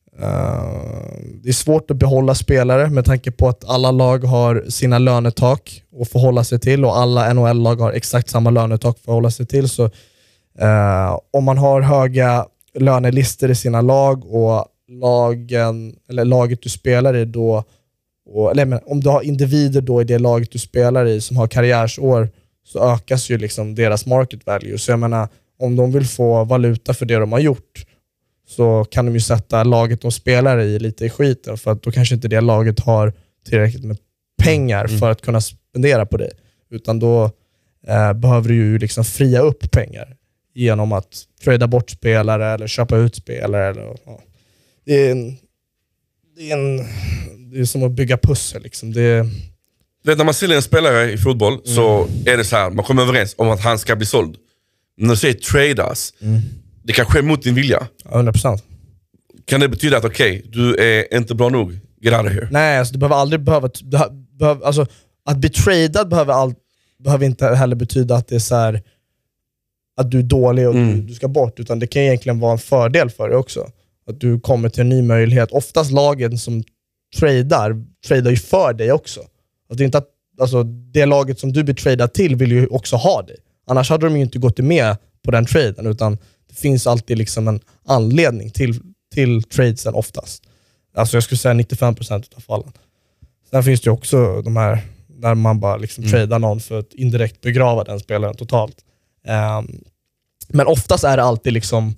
uh, det är svårt att behålla spelare med tanke på att alla lag har sina lönetak att förhålla sig till och alla N H L-lag har exakt samma lönetak att förhålla sig till. Så uh, om man har höga lönelister i sina lag och lagen, eller laget du spelar i då, och, eller men, om du har individer då i det laget du spelar i som har karriärsår, så ökas ju liksom deras market value. Så jag menar, om de vill få valuta för det de har gjort, så kan de ju sätta laget de spelar i lite i skiten, för att då kanske inte det laget har tillräckligt med pengar mm. för att kunna spendera på det, utan då eh, behöver du ju liksom fria upp pengar genom att trada bort spelare eller köpa ut spelare. Eller, ja. det, är en, det, är en, det är som att bygga pussel. Liksom. Det är... Vet, när man säljer en spelare i fotboll mm. så är det så här, man kommer överens om att han ska bli såld. När du säger tradas, mm. det kan ske mot din vilja. hundra procent. Kan det betyda att okej, okay, du är inte bra nog? Get out of here. Nej, alltså, du behöver aldrig behöva... Du behöver, alltså, att bli tradad behöver, all, behöver inte heller betyda att det är så här, att du är dålig och mm. du, du ska bort, utan det kan egentligen vara en fördel för dig också. Att du kommer till en ny möjlighet. Oftast lagen som tradar, tradar ju för dig också. Att det, är inte att, alltså, det laget som du blir tradad till vill ju också ha dig. Annars hade de ju inte gått med på den traden, utan det finns alltid liksom en anledning till, till tradesen oftast. Alltså jag skulle säga nittiofem procent av fallen. Sen finns det ju också de här där man bara liksom mm. tradar någon för att indirekt begrava den spelaren totalt. Um, men oftast är det alltid liksom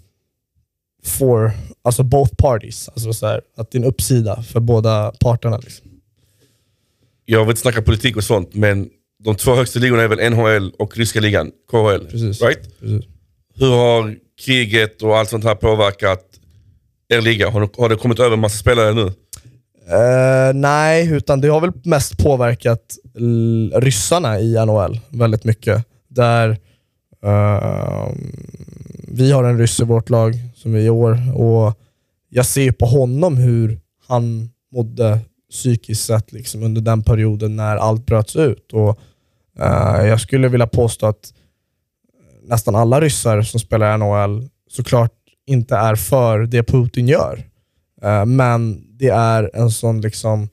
for, alltså both parties, alltså så här, att det är en uppsida för båda parterna liksom. Jag vill inte snacka politik och sånt, men de två högsta ligorna är väl N H L och ryska ligan, K H L. Precis. Right? Precis. Hur har kriget och allt sånt här påverkat er liga? Har, har det kommit över en massa spelare nu? Uh, nej, utan det har väl mest påverkat l- ryssarna i N H L väldigt mycket. Där uh, vi har en ryss i vårt lag som är i år, och jag ser på honom hur han mådde psykiskt sett liksom under den perioden när allt bröts ut. Och uh, jag skulle vilja påstå att nästan alla ryssar som spelar i N H L såklart inte är för det Putin gör. Uh, men det är en sån liksom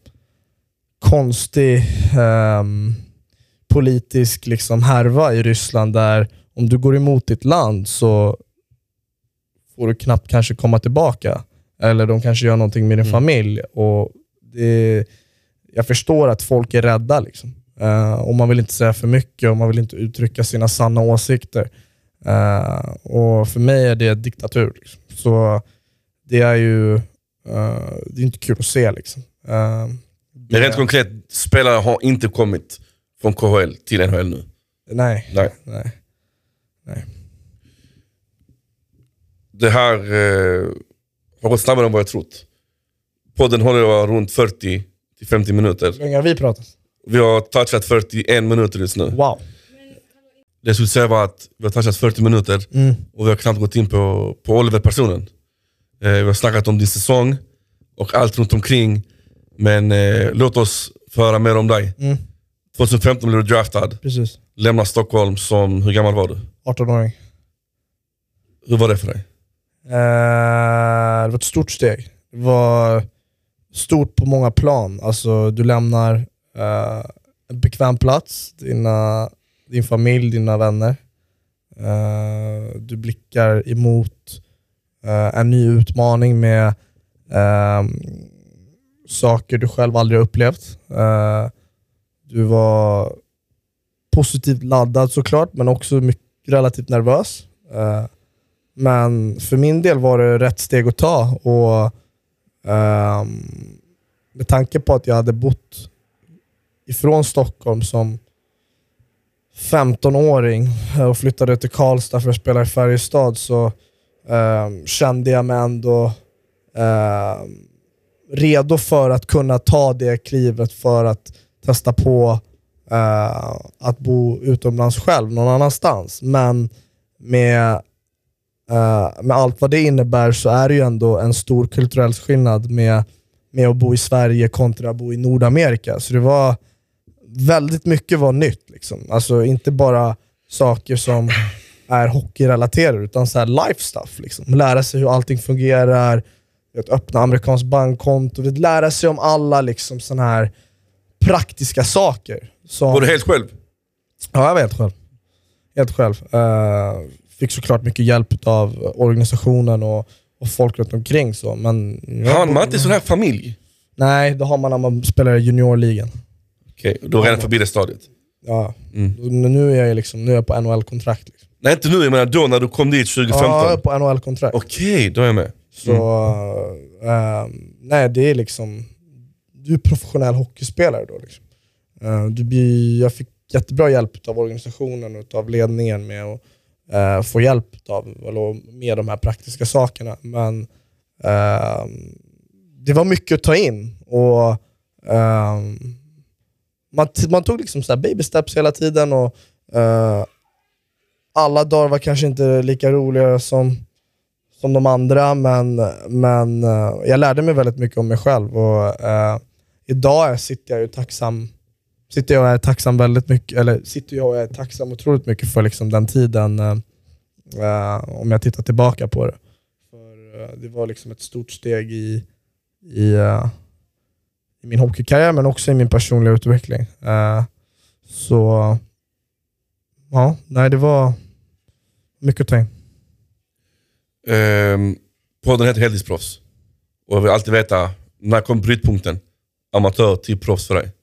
konstig um, politisk liksom härva i Ryssland, där om du går emot ditt land så får du knappt kanske komma tillbaka, eller de kanske gör någonting med din mm. familj, och det, jag förstår att folk är rädda liksom. Uh, och man vill inte säga för mycket och man vill inte uttrycka sina sanna åsikter, uh, och för mig är det diktatur liksom. Så det är ju uh, det är inte kul att se liksom. Uh, Men rent konkret, spelare har inte kommit från K H L till N H L nu? Nej. Nej. Nej. Nej. Det här eh, har gått snabbare än vad jag trott. Podden håller runt fyrtio till femtio minuter. Hur länge har vi pratat? Vi har touchat fyrtioen minuter just nu. Wow. Det jag skulle säga var att vi har touchat fyrtio minuter mm. och vi har knappt gått in på, på Oliver-personen. Eh, vi har snackat om din säsong och allt runt omkring. Men eh, låt oss föra mer om dig. Mm. tjugohundrafemton blev du draftad. Precis. Lämna Stockholm som, hur gammal var du? arton-åring. Hur var det för dig? Uh, det var ett stort steg. Det var stort på många plan. Alltså, du lämnar uh, en bekväm plats, dina, din familj, dina vänner. Uh, du blickar emot uh, en ny utmaning med uh, saker du själv aldrig upplevt. Uh, du var positivt laddad såklart, men också mycket, relativt nervös. Uh, men för min del var det rätt steg att ta, och uh, med tanke på att jag hade bott ifrån Stockholm som femton-åring och flyttade till Karlstad för att spela i Färjestad, så uh, kände jag mig ändå uh, redo för att kunna ta det klivet för att testa på uh, att bo utomlands själv någon annanstans. Men med, uh, med allt vad det innebär så är det ju ändå en stor kulturell skillnad med, med att bo i Sverige kontra att bo i Nordamerika. Så det var väldigt mycket var nytt. Liksom. Alltså inte bara saker som är hockeyrelaterade, utan så här life stuff. Liksom. Lära sig hur allting fungerar, att öppna amerikansk bankkonto, att lära sig om alla liksom, såna här praktiska saker. Som... Var du helt själv? Ja, jag var helt själv. Helt själv. Uh, fick såklart mycket hjälp av organisationen och, och folk runt omkring. Så. Men, har man inte sån här familj? Nej, det har man när man spelar i juniorligan. Okej, okay, då är redan förbi det stadiet. Ja, mm. nu är jag liksom, nu är jag på N H L-kontrakt. Liksom. Nej, inte nu, jag menar då när du kom dit tjugo femton. Ja, jag är på N H L-kontrakt. Okej, okay, då är jag med. Så, mm. uh, nej det är liksom, du är professionell hockeyspelare då liksom. Uh, du blir, jag fick jättebra hjälp av organisationen och av ledningen med att uh, få hjälp av, med de här praktiska sakerna. Men uh, det var mycket att ta in och uh, man, man tog liksom så här baby steps hela tiden och uh, alla dagar var kanske inte lika roliga som, som de andra, men, men uh, jag lärde mig väldigt mycket om mig själv och uh, idag sitter jag ju tacksam sitter jag och är tacksam väldigt mycket, eller sitter jag och är tacksam otroligt mycket för liksom den tiden uh, uh, om jag tittar tillbaka på det. För uh, det var liksom ett stort steg i i, uh, i min hockeykarriär, men också i min personliga utveckling. Uh, så ja, nej det var mycket att ta in. Um, podden heter Heltidsproffs. Och jag vill alltid veta, när kom brytpunkten? Amatör till proffs för dig?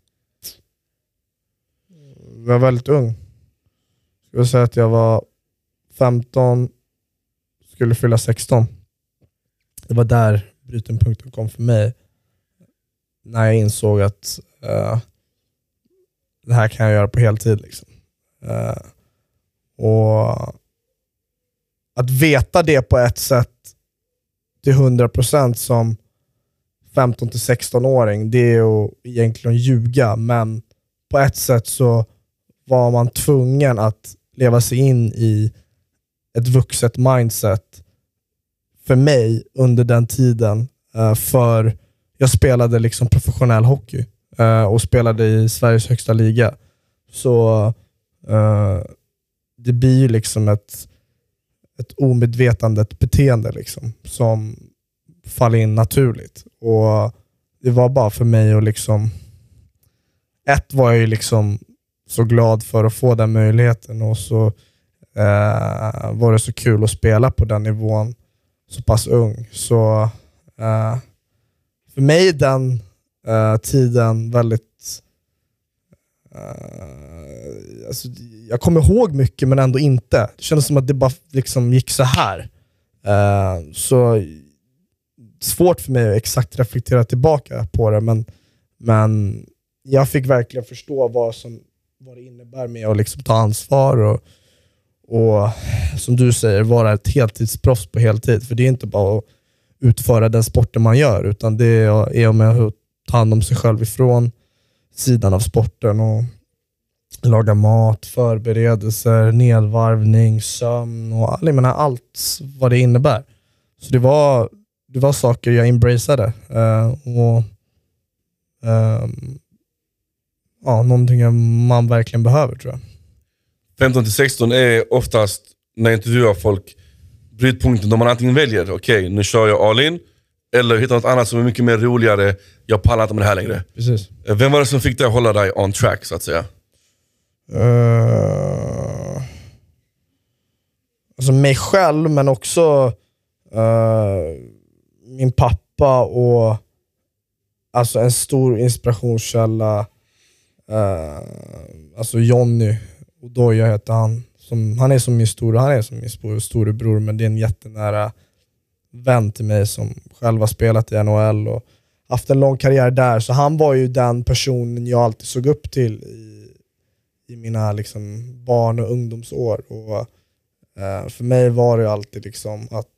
Jag var väldigt ung. Jag vill säga att jag var femton, skulle fylla sexton. Det var där brytpunkten kom för mig. När jag insåg att uh, det här kan jag göra på heltid. Liksom. Uh, och att veta det på ett sätt till hundra procent som femton till sexton-åring, det är att egentligen ljuga, men på ett sätt så var man tvungen att leva sig in i ett vuxet mindset för mig under den tiden, för jag spelade liksom professionell hockey och spelade i Sveriges högsta liga, så det blir ju liksom ett ett omedvetandet beteende liksom, som faller in naturligt. Och det var bara för mig att liksom, ett var jag ju liksom så glad för att få den möjligheten, och så eh, var det så kul att spela på den nivån så pass ung. Så eh, för mig den eh, tiden väldigt uh, alltså, jag kommer ihåg mycket men ändå inte. Det kändes som att det bara liksom gick så här. Uh, så svårt för mig att exakt reflektera tillbaka på det, men, men jag fick verkligen förstå vad, som, vad det innebär med att liksom ta ansvar och, och som du säger, vara ett heltidsproffs på heltid. För det är inte bara att utföra den sporten man gör, utan det är med att ta hand om sig själv ifrån sidan av sporten och laga mat, förberedelser, nedvarvning, sömn och jag menar, allt vad det innebär. Så det var, det var saker jag embraceade uh, och uh, ja, någonting man verkligen behöver, tror jag. femton till sexton är oftast, när jag intervjuar folk, brytpunkten då man antingen väljer, okej, okay, nu kör jag all in, eller hittar något annat som är mycket mer roligare, jag pallar inte med det här längre. Precis. Vem var det som fick dig att hålla dig on track, så att säga? Uh, alltså mig själv, men också uh, min pappa och alltså en stor inspirationskälla, uh, alltså Johnny Odoja heter han. Som, han är som min stor, han är som min storebror, men det är en jättenära vän till mig som själv har spelat i N H L och haft en lång karriär där. Så han var ju den personen jag alltid såg upp till i, i mina liksom barn- och ungdomsår. Och eh, för mig var det alltid liksom att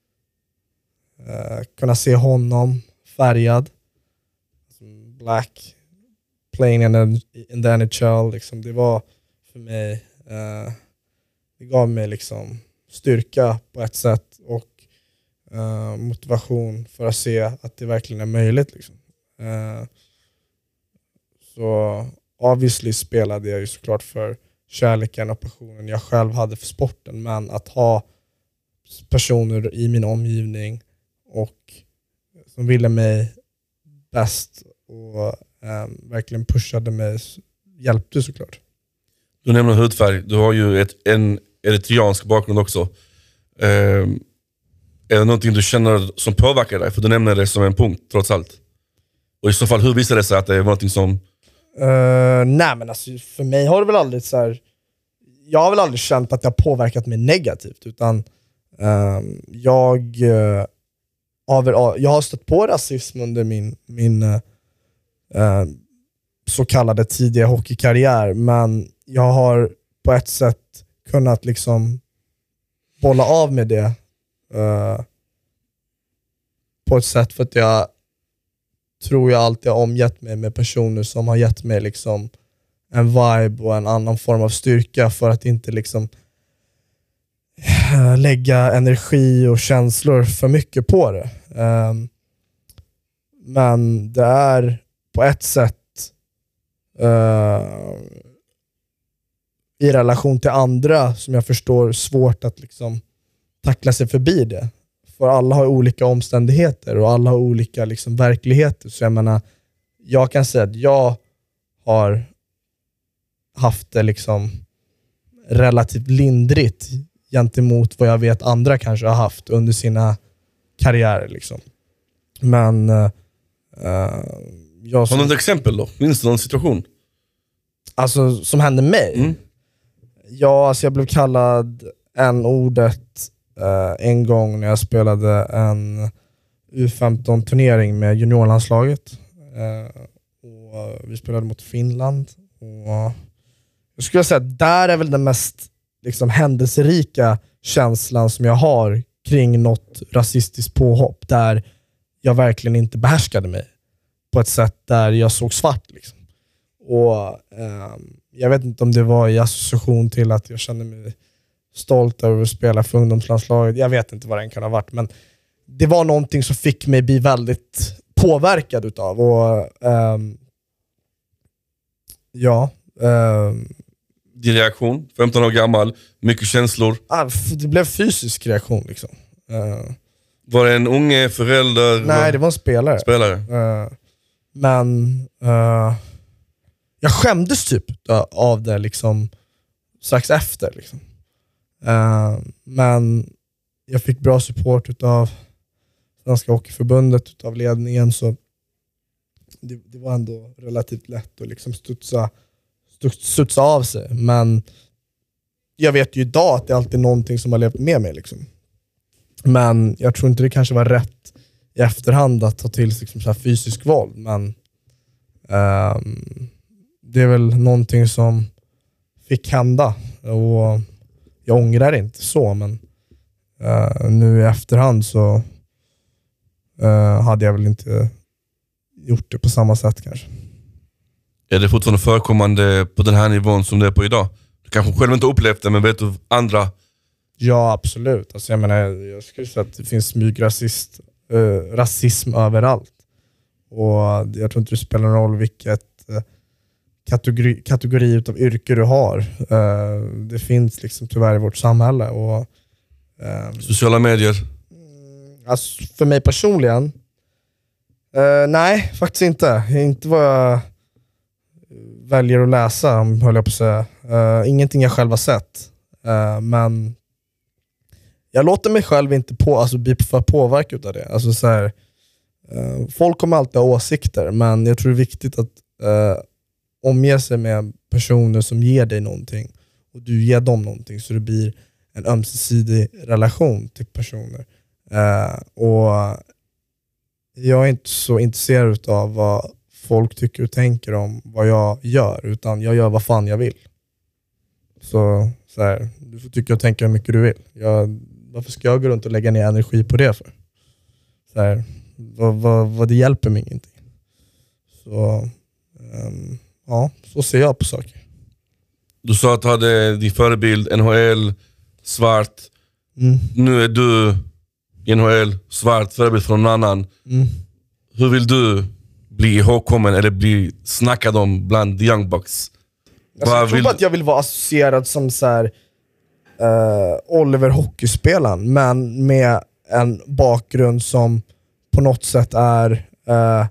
eh, kunna se honom färgad, black, playing in, the, in the N H L. Liksom. Det var för mig, eh, det gav mig liksom styrka på ett sätt och Uh, motivation för att se att det verkligen är möjligt liksom. uh, så obviously spelade jag ju såklart för kärleken och passionen jag själv hade för sporten, men att ha personer i min omgivning och som ville mig bäst och eh, verkligen pushade mig hjälpte såklart. Du nämner hudfärg. Du har ju ett, en eritreansk bakgrund också. Eh, är det någonting du känner som påverkar dig? För du nämner det som en punkt trots allt. Och i så fall, hur visar det sig att det är någonting som... Uh, nej men alltså, för mig har det väl aldrig så här, jag har väl aldrig känt att det har påverkat mig negativt, utan uh, jag uh, har väl, jag har stött på rasism under min, min uh, uh, så kallade tidiga hockeykarriär, men jag har på ett sätt kunnat liksom bolla av med det uh, på ett sätt för att jag tror jag alltid har omgett mig med personer som har gett mig liksom en vibe och en annan form av styrka för att inte liksom lägga energi och känslor för mycket på det. Um, men det är på ett sätt uh, i relation till andra som jag förstår svårt att liksom tackla sig förbi det. För alla har olika omständigheter och alla har olika liksom verkligheter. Så jag menar, jag kan säga att jag har haft det liksom relativt lindrigt gentemot vad jag vet andra kanske har haft under sina karriärer liksom. Men uh, jag som, har du något exempel då? Minns du någon situation? Alltså som hände mig? Mm. Ja, alltså jag blev kallad en-ordet Uh, en gång när jag spelade en U femton-turnering med juniorlandslaget. Uh, och vi spelade mot Finland. Och jag skulle säga att där är väl den mest liksom, händelserika känslan som jag har kring något rasistiskt påhopp. Där jag verkligen inte behärskade mig på ett sätt där jag såg svart. Liksom. Och uh, jag vet inte om det var i association till att jag kände mig stolt över att spela för ungdomslandslaget. Jag vet inte vad den kan ha varit, men det var någonting som fick mig bli väldigt påverkad utav. Och um, ja. Um, Din reaktion? femton år gammal, mycket känslor. Det blev fysisk reaktion liksom. Uh, var det en unge förälder? Nej, det var en spelare. Spelare. Uh, men uh, jag skämdes typ av det liksom strax efter liksom. Uh, men jag fick bra support utav Svenska Hockeyförbundet, utav ledningen, så det, det var ändå relativt lätt att liksom studsa, studsa av sig. Men jag vet ju idag att det är alltid någonting som har levt med mig liksom. Men jag tror inte det kanske var rätt i efterhand att ta till liksom så här fysisk våld, men uh, det är väl någonting som fick hända, och jag ångrar inte så, men uh, nu i efterhand så uh, hade jag väl inte gjort det på samma sätt kanske. Är det fortfarande förekommande på den här nivån som det är på idag? Du kanske själv inte upplevt det, men vet du andra? Ja, absolut. Alltså, jag menar, jag skulle säga att det finns smygrasist, uh, rasism överallt. Och jag tror inte det spelar någon roll vilket uh, kategori, kategori utav yrke du har. Uh, det finns liksom tyvärr i vårt samhälle. Och, uh, sociala medier? Alltså, för mig personligen uh, nej, faktiskt inte. Inte vad jag väljer att läsa, höll jag på att säga. Uh, ingenting jag själv har sett. Uh, men jag låter mig själv inte på, alltså, bli för påverkad av det. Alltså, så här, uh, folk kommer alltid ha åsikter, men jag tror det är viktigt att uh, omge sig med personer som ger dig någonting och du ger dem någonting, så det blir en ömsesidig relation till personer. Uh, och jag är inte så intresserad av vad folk tycker och tänker om vad jag gör, utan jag gör vad fan jag vill. Så, så här, du får tycka och tänka hur mycket du vill. Jag, varför ska jag gå runt och lägga ner energi på det för? Så här, vad, vad, vad det hjälper mig ingenting. Så um, ja, så ser jag på saker. Du sa att du hade din förebild N H L, svart. Mm. Nu är du N H L, svart, förebild från någon annan. Mm. Hur vill du bli ihågkommen eller bli snackad om bland the Young Bucks? Alltså, jag tror vill... bara att jag vill vara associerad som så här, uh, Oliver hockeyspelaren, men med en bakgrund som på något sätt är uh,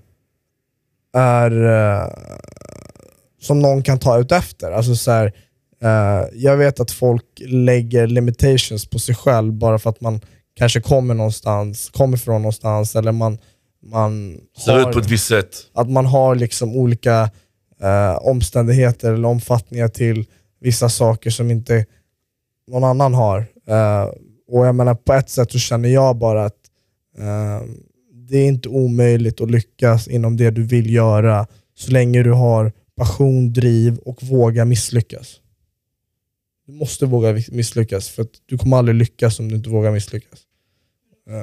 är uh, som någon kan ta ut efter. Alltså så här, uh, jag vet att folk lägger limitations på sig själv bara för att man kanske kommer någonstans, kommer från någonstans, eller man man ser har, ut på ett visst sätt. Att man har liksom olika uh, omständigheter eller omfattningar till vissa saker som inte någon annan har. Uh, och jag menar, på ett sätt så känner jag bara att uh, det är inte omöjligt att lyckas inom det du vill göra så länge du har passion, driv och våga misslyckas. Du måste våga misslyckas, för att du kommer aldrig lyckas om du inte vågar misslyckas. Uh,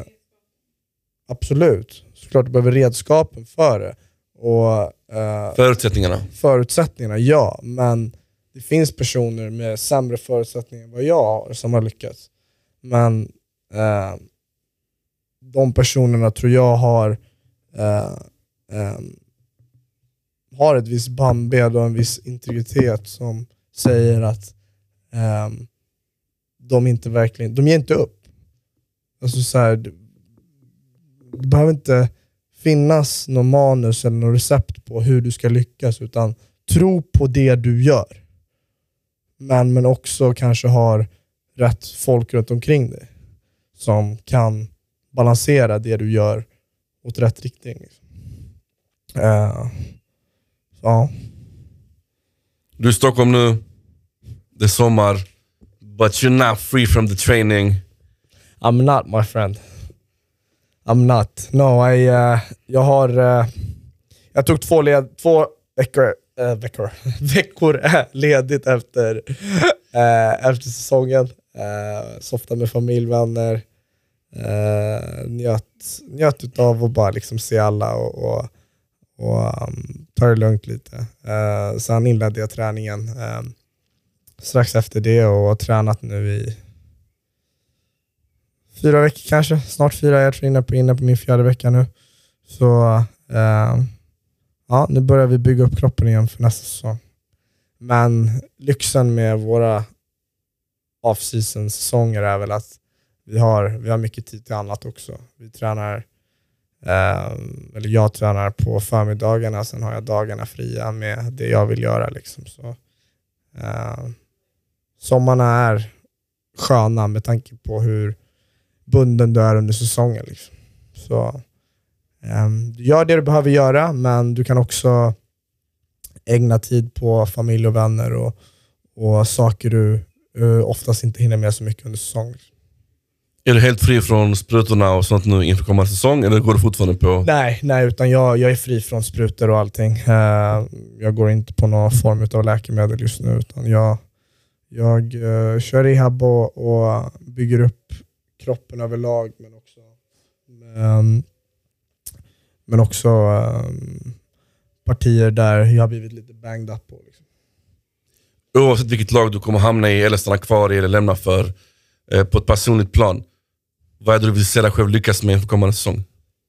absolut. Såklart du behöver redskapen för det. Och, uh, förutsättningarna. Förutsättningarna, ja. Men det finns personer med sämre förutsättningar än vad jag har som har lyckats. Men uh, de personerna tror jag har uh, um, har ett visst bandbed och en viss integritet som säger att um, de inte verkligen, de ger inte upp. Alltså så här, det, det behöver inte finnas någon manus eller någon recept på hur du ska lyckas, utan tro på det du gör. Men, men också kanske har rätt folk runt omkring dig som kan balansera det du gör åt rätt riktning. Uh, ja. Du är i Stockholm nu. Det är sommar. But you're not free from the training. I'm not, my friend. I'm not. No, I, uh, jag har... Uh, jag tog två, led, två veckor, uh, veckor, veckor ledigt efter, uh, efter säsongen. Uh, softa med familj, vänner. Uh, njöt, njöt av att bara liksom se alla och, och, och um, ta det lugnt lite. Uh, sen inledde jag träningen um, strax efter det och har tränat nu i fyra veckor kanske. Snart fyra, jag tror inne på, inne på min fjärde vecka nu. Så uh, ja, nu börjar vi bygga upp kroppen igen för nästa säsong. Men lyxen med våra off-season säsonger är väl att Vi har, vi har mycket tid till annat också. Vi tränar, eh, eller jag tränar på förmiddagarna, sen har jag dagarna fria med det jag vill göra. Liksom. Så, eh, sommarna är sköna med tanke på hur bunden du är under säsongen. Liksom. Så, eh, du gör det du behöver göra, men du kan också ägna tid på familj och vänner och, och saker du uh, oftast inte hinner med så mycket under säsongen. Är du helt fri från sprutorna och sånt nu inför kommande säsong, eller går du fortfarande på? Nej, nej utan jag, jag är fri från sprutor och allting. Uh, jag går inte på någon form av läkemedel just nu, utan jag, jag uh, kör rehab och, och bygger upp kroppen överlag, men också um, men också um, partier där jag har blivit lite banged up på. Liksom. Oavsett vilket lag du kommer hamna i eller stanna kvar i eller lämna för, eh, på ett personligt plan, vad är det du vill se dig själv lyckas med för kommande säsong?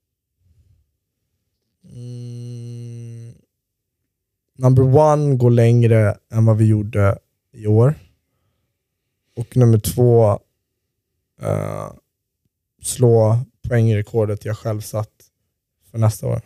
Mm. Number one, gå längre än vad vi gjorde i år. Och nummer två, uh, slå poängrekordet jag själv satt för nästa år.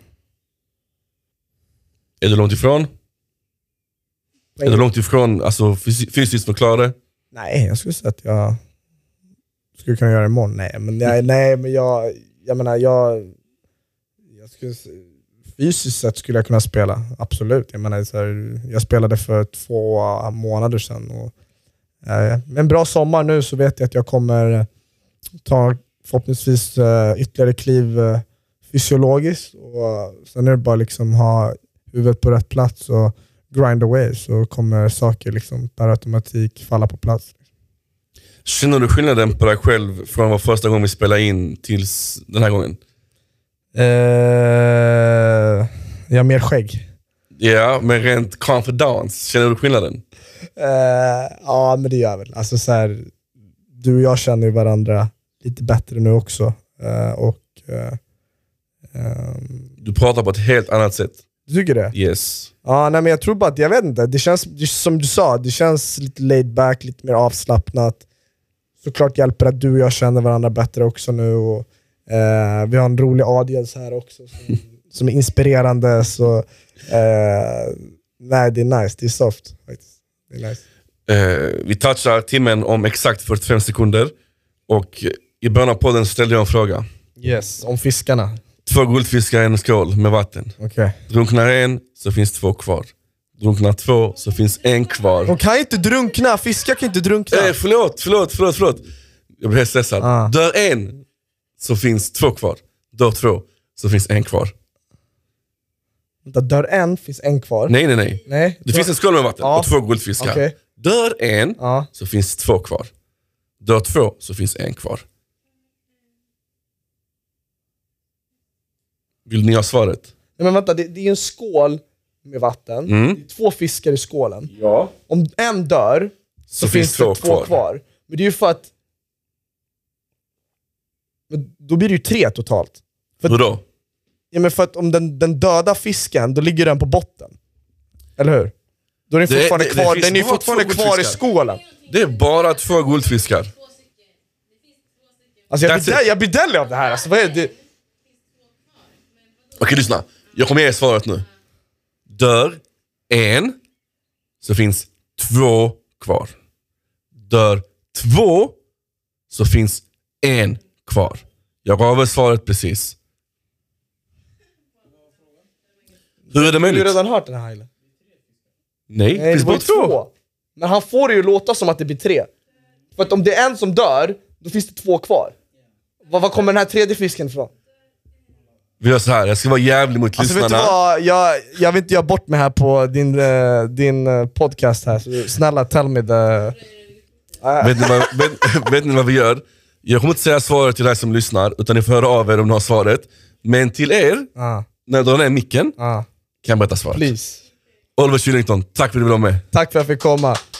Är du långt ifrån? Poäng. Är du långt ifrån, alltså fysiskt förklara? Nej, jag skulle säga att jag skulle kunna göra det imorgon. Nej, men jag, nej, men jag, jag menar, jag, jag skulle, fysiskt sett skulle jag kunna spela, absolut. Jag menar, så här, jag spelade för två månader sedan. Och, eh, med en bra sommar nu så vet jag att jag kommer ta förhoppningsvis eh, ytterligare kliv eh, fysiologiskt. Och sen är det bara liksom ha huvudet på rätt plats och grind away, så kommer saker liksom per automatik falla på plats. Känner du skillnaden på dig själv från vad första gången vi spelade in tills den här gången? Uh, jag har mer skägg. Ja, men rent confidence, känner du skillnaden? Uh, ja, men det gör jag väl. Alltså, så här, du och jag känner ju varandra lite bättre nu också. Uh, och uh, Um, Du pratar på ett helt annat sätt. du tycker det? Yes. Ja, nej, men jag tror bara att, jag vet inte, det känns det, som du sa, det känns lite laid back, lite mer avslappnat. Såklart hjälper att du och jag känner varandra bättre också nu. Och, eh, vi har en rolig audience här också som, som är inspirerande. Så eh, nej, det är nice, det är soft. Det är nice. Eh, vi touchar timmen om exakt fyrtiofem sekunder. Och i början av podden ställde jag en fråga. Yes, om fiskarna. Två guldfiskar i en skål med vatten. Okay. Drunknar en så finns två kvar. Drunknar två så finns en kvar. De kan inte drunkna, fiskar kan inte drunkna. Eh, förlåt, förlåt, förlåt, förlåt. Jag blir helt stressad. Ah. Dör en så finns två kvar. Dör två så finns en kvar. Dör en, finns en kvar. Nej, nej, nej. Nej. Det finns en skål med vatten Ja. och två guldfiskar. Okay. Dör en Ja. så finns två kvar. Dör två så finns en kvar. Vill ni ha svaret? Nej, men vänta, det, det är en skål med vatten. Mm. Det är två fiskar i skålen. Ja. Om en dör så, Så finns finns det två två kvar. kvar. Men det är ju för att... Men då blir det ju tre totalt. För Hur då? Ja, men för att om den, den döda fisken, då ligger den på botten. Eller hur? Då är den Det- fortfarande det- det kvar, finns den är bara fortfarande två kvar i guldfiskar. skålen. Det är bara två guldfiskar. Alltså jag That's blir, it. del- jag blir dellig av det här. Alltså, vad är det? Okej, lyssna. Jag kommer ge er svaret nu. Dör en så finns två kvar. Dör två så finns en kvar. Jag gav er svaret precis. Hur är det Har du möjligt? redan hört den här Haile? Nej, det Nej, finns det var bara ju två. två. Men han får det ju låta som att det blir tre. För att om det är en som dör, då finns det två kvar. Vad, vad kommer den här tredje fisken ifrån? Vi gör så här, jag ska vara jävlig mot Alltså vet du lyssnarna. vad, jag, jag vill inte göra bort mig här på din, eh, din eh, podcast här, så snälla tell me the... Vet ni, vad, vet, vet ni vad vi gör? Jag kommer inte säga svaret till dig som lyssnar, utan ni får höra av er om ni har svaret. Men till er, Ah, när jag drar ner micken, ah, kan jag berätta svaret. please. Oliver Kylington, tack för att du ville vara med. Tack för att jag fick komma.